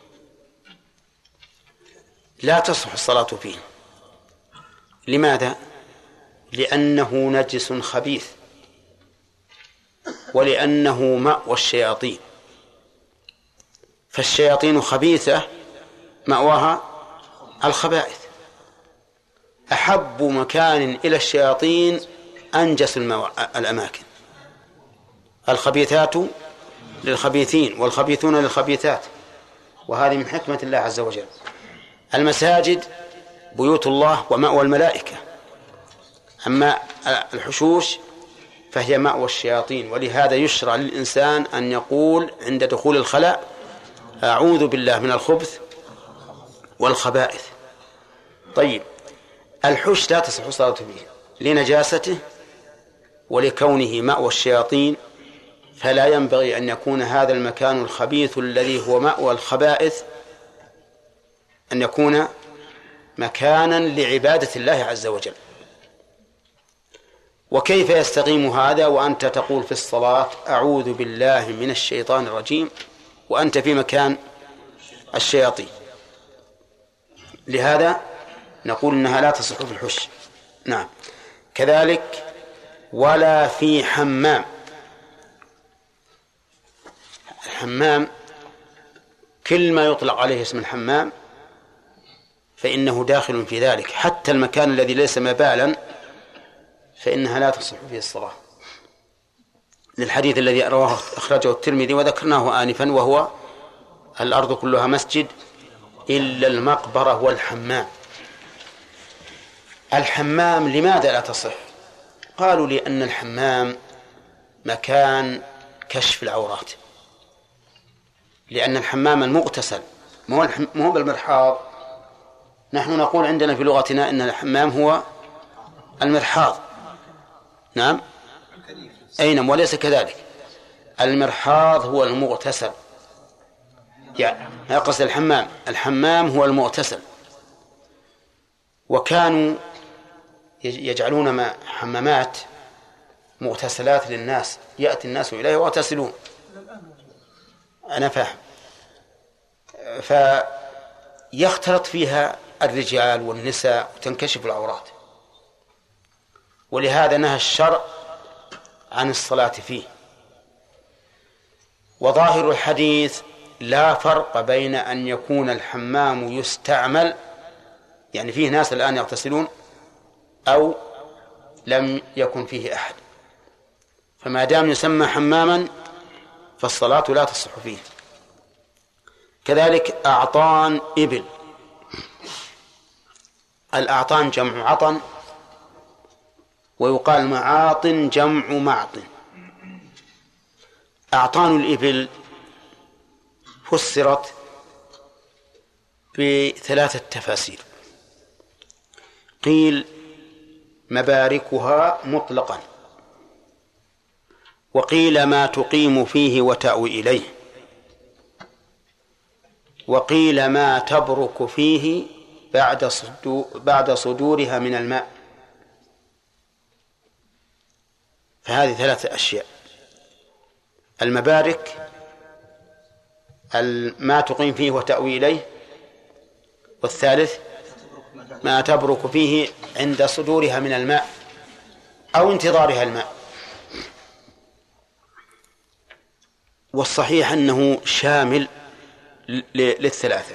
لا تصح الصلاة فيه. لماذا؟ لأنه نجس خبيث، ولأنه مأوى الشياطين، فالشياطين خبيثة مأواها الخبائث. أحب مكان إلى الشياطين أنجس الأماكن، الخبيثات للخبيثين والخبيثون للخبيثات، وهذه من حكمة الله عز وجل. المساجد بيوت الله ومأوى الملائكة، أما الحشوش فهي مأوى الشياطين، ولهذا يشرع للإنسان أن يقول عند دخول الخلاء أعوذ بالله من الخبث والخبائث. طيب الحش لا تصح الصلاة به لنجاسته ولكونه مأوى الشياطين، فلا ينبغي أن يكون هذا المكان الخبيث الذي هو مأوى الخبائث أن يكون مكانا لعبادة الله عز وجل. وكيف يستقيم هذا وأنت تقول في الصلاة أعوذ بالله من الشيطان الرجيم وأنت في مكان الشياطين؟ لهذا نقول إنها لا تصح في الحش. نعم. كذلك ولا في حمام. الحمام كل ما يطلق عليه اسم الحمام فإنه داخل في ذلك، حتى المكان الذي ليس مبالا فإنها لا تصح فيه الصلاة، للحديث الذي رواه أخرجه الترمذي وذكرناه آنفا، وهو الأرض كلها مسجد إلا المقبرة والحمام. الحمام لماذا لا تصح؟ قالوا لأن الحمام مكان كشف العورات، لأن الحمام المغتسل ما هو بالمرحاض. نحن نقول عندنا في لغتنا إن الحمام هو المرحاض، نعم أينم، وليس كذلك. المرحاض هو المغتسل، يعني يقصد الحمام الحمام هو المغتسل. وكانوا يجعلون حمامات مغتسلات للناس، يأتي الناس إليه ويغتسلون. أنا فاهم. فيختلط فيها الرجال والنساء وتنكشف العورات، ولهذا نهى الشرع عن الصلاة فيه. وظاهر الحديث لا فرق بين أن يكون الحمام يستعمل، يعني فيه ناس الآن يغتسلون، أو لم يكن فيه أحد، فما دام يسمى حماما فالصلاة لا تصح فيه. كذلك أعطان إبل. الأعطان جمع عطن، ويقال معاطن جمع معطن. أعطان الإبل فسرت بثلاثة تفاسير. قيل مباركها مطلقا، وقيل ما تقيم فيه وتأوي إليه، وقيل ما تبرك فيه بعد صدور بعد صدورها من الماء. فهذه ثلاثة أشياء: المبارك ما تقيم فيه وتأوي إليه، والثالث ما تبرك فيه عند صدورها من الماء أو انتظارها الماء. والصحيح أنه شامل للثلاثة،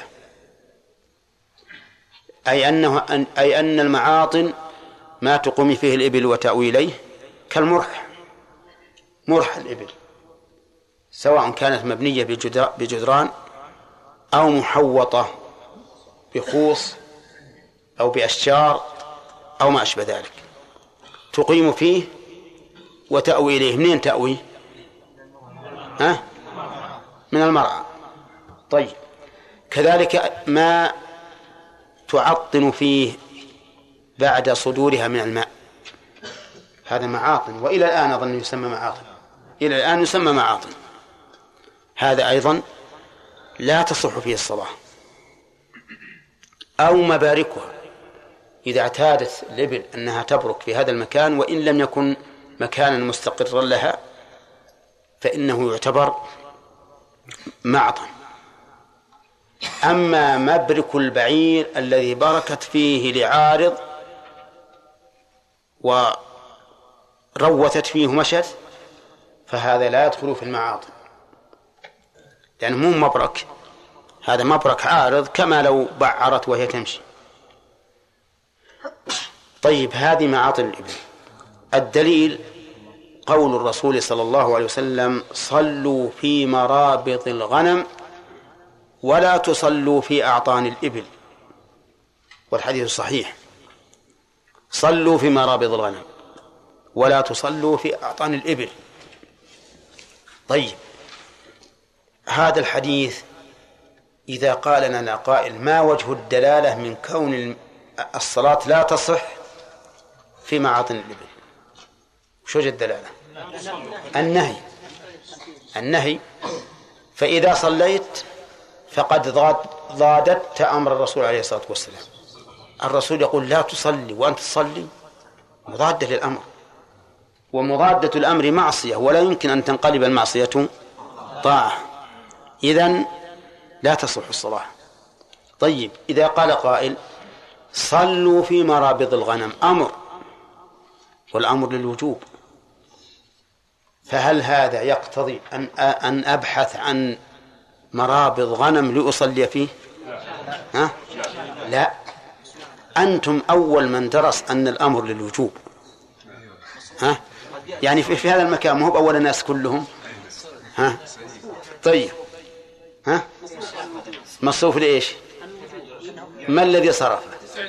أي أنه أي أن المعاطن ما تقوم فيه الإبل وتأوي إليه كالمرح، مرح الإبل سواء كانت مبنية بجدران أو محوطة بخوص أو بأشجار أو ما أشبه ذلك، تقيم فيه وتأوي إليه. منين تأوي؟ ها؟ من المرعى. طيب، كذلك ما تعطن فيه بعد صدورها من الماء، هذا معاطن، وإلى الآن أظن يسمى معاطن، إلى الآن يسمى معاطن. هذا أيضا لا تصح فيه الصلاة. أو مباركها، إذا اعتادت الإبل أنها تبرك في هذا المكان وإن لم يكن مكانا مستقرا لها فإنه يعتبر معطن. أما مبرك البعير الذي بركت فيه لعارض وروثت فيه مشت فهذا لا يدخل في المعاطن، لأنه يعني مو مبرك، هذا مبرك عارض كما لو بعرت وهي تمشي. طيب، هذه معاطن الإبل. الدليل قول الرسول صلى الله عليه وسلم: صلوا في مرابض الغنم ولا تصلوا في أعطان الإبل. والحديث صحيح: صلوا في مرابض الغنم ولا تصلوا في أعطان الإبل. طيب، هذا الحديث إذا قال لنا قائل: ما وجه الدلالة من كون الصلاة لا تصح في معاطن الإبل؟ شو وجه الدلالة؟ النهي النهي فإذا صليت فقد ضادت أمر الرسول عليه الصلاة والسلام. الرسول يقول: لا تصلي وأنت تصلي، مضادة للأمر، ومضادة الأمر معصية، ولا يمكن أن تنقلب المعصية طاعة، إذن لا تصح الصلاة. طيب، إذا قال قائل: صلوا في مرابض الغنم، أمر، والأمر للوجوب، فهل هذا يقتضي أن أن أبحث عن مرابض غنم لأصلي فيه؟ ها؟ لا، أنتم أول من درس أن الأمر للوجوب. ها؟ يعني في, في هذا المكان مو بأول الناس كلهم. ها؟ طيب، ها؟ مصروف لإيش؟ ما الذي صرف؟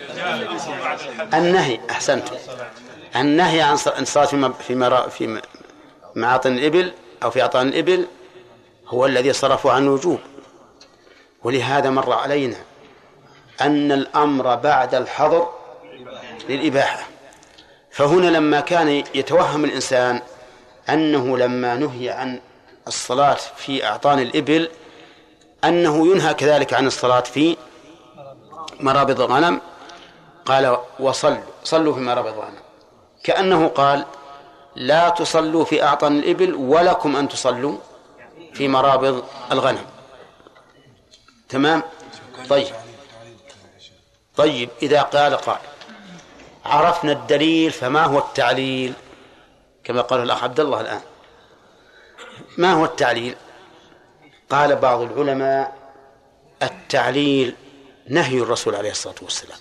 النهي. أحسنت، النهي عن الصلاة في مرا في معاطن الإبل أو في أعطان الإبل هو الذي صرفه عن الوجوب. ولهذا مر علينا أن الأمر بعد الحظر للإباحة. فهنا لما كان يتوهم الإنسان أنه لما نهي عن الصلاة في أعطان الإبل أنه ينهى كذلك عن الصلاة في مرابض الغنم، قال: وصلوا صلوا في مرابض الغنم، كأنه قال: لا تصلوا في أعطان الإبل ولكم أن تصلوا في مرابض الغنم. تمام؟ طيب طيب إذا قال قال عرفنا الدليل فما هو التعليل كما قال الأخ عبد الله الآن، ما هو التعليل؟ قال بعض العلماء التعليل نهي الرسول عليه الصلاة والسلام،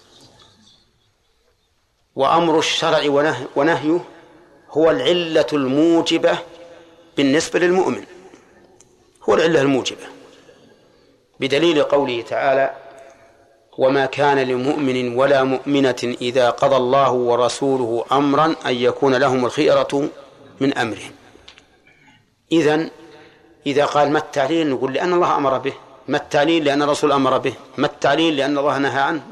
وأمر الشرع ونهيه هو العلة الموجبة بالنسبة للمؤمن، هو العلة الموجبة، بدليل قوله تعالى وما كان لمؤمن ولا مؤمنة إذا قضى الله ورسوله أمرا أن يكون لهم الخيرة من أمرهم. إذن إذا قال ما التعليل نقول لأن الله أمر به، ما التعليل لأن الرسول أمر به، ما التعليل لأن الله نهى عنه.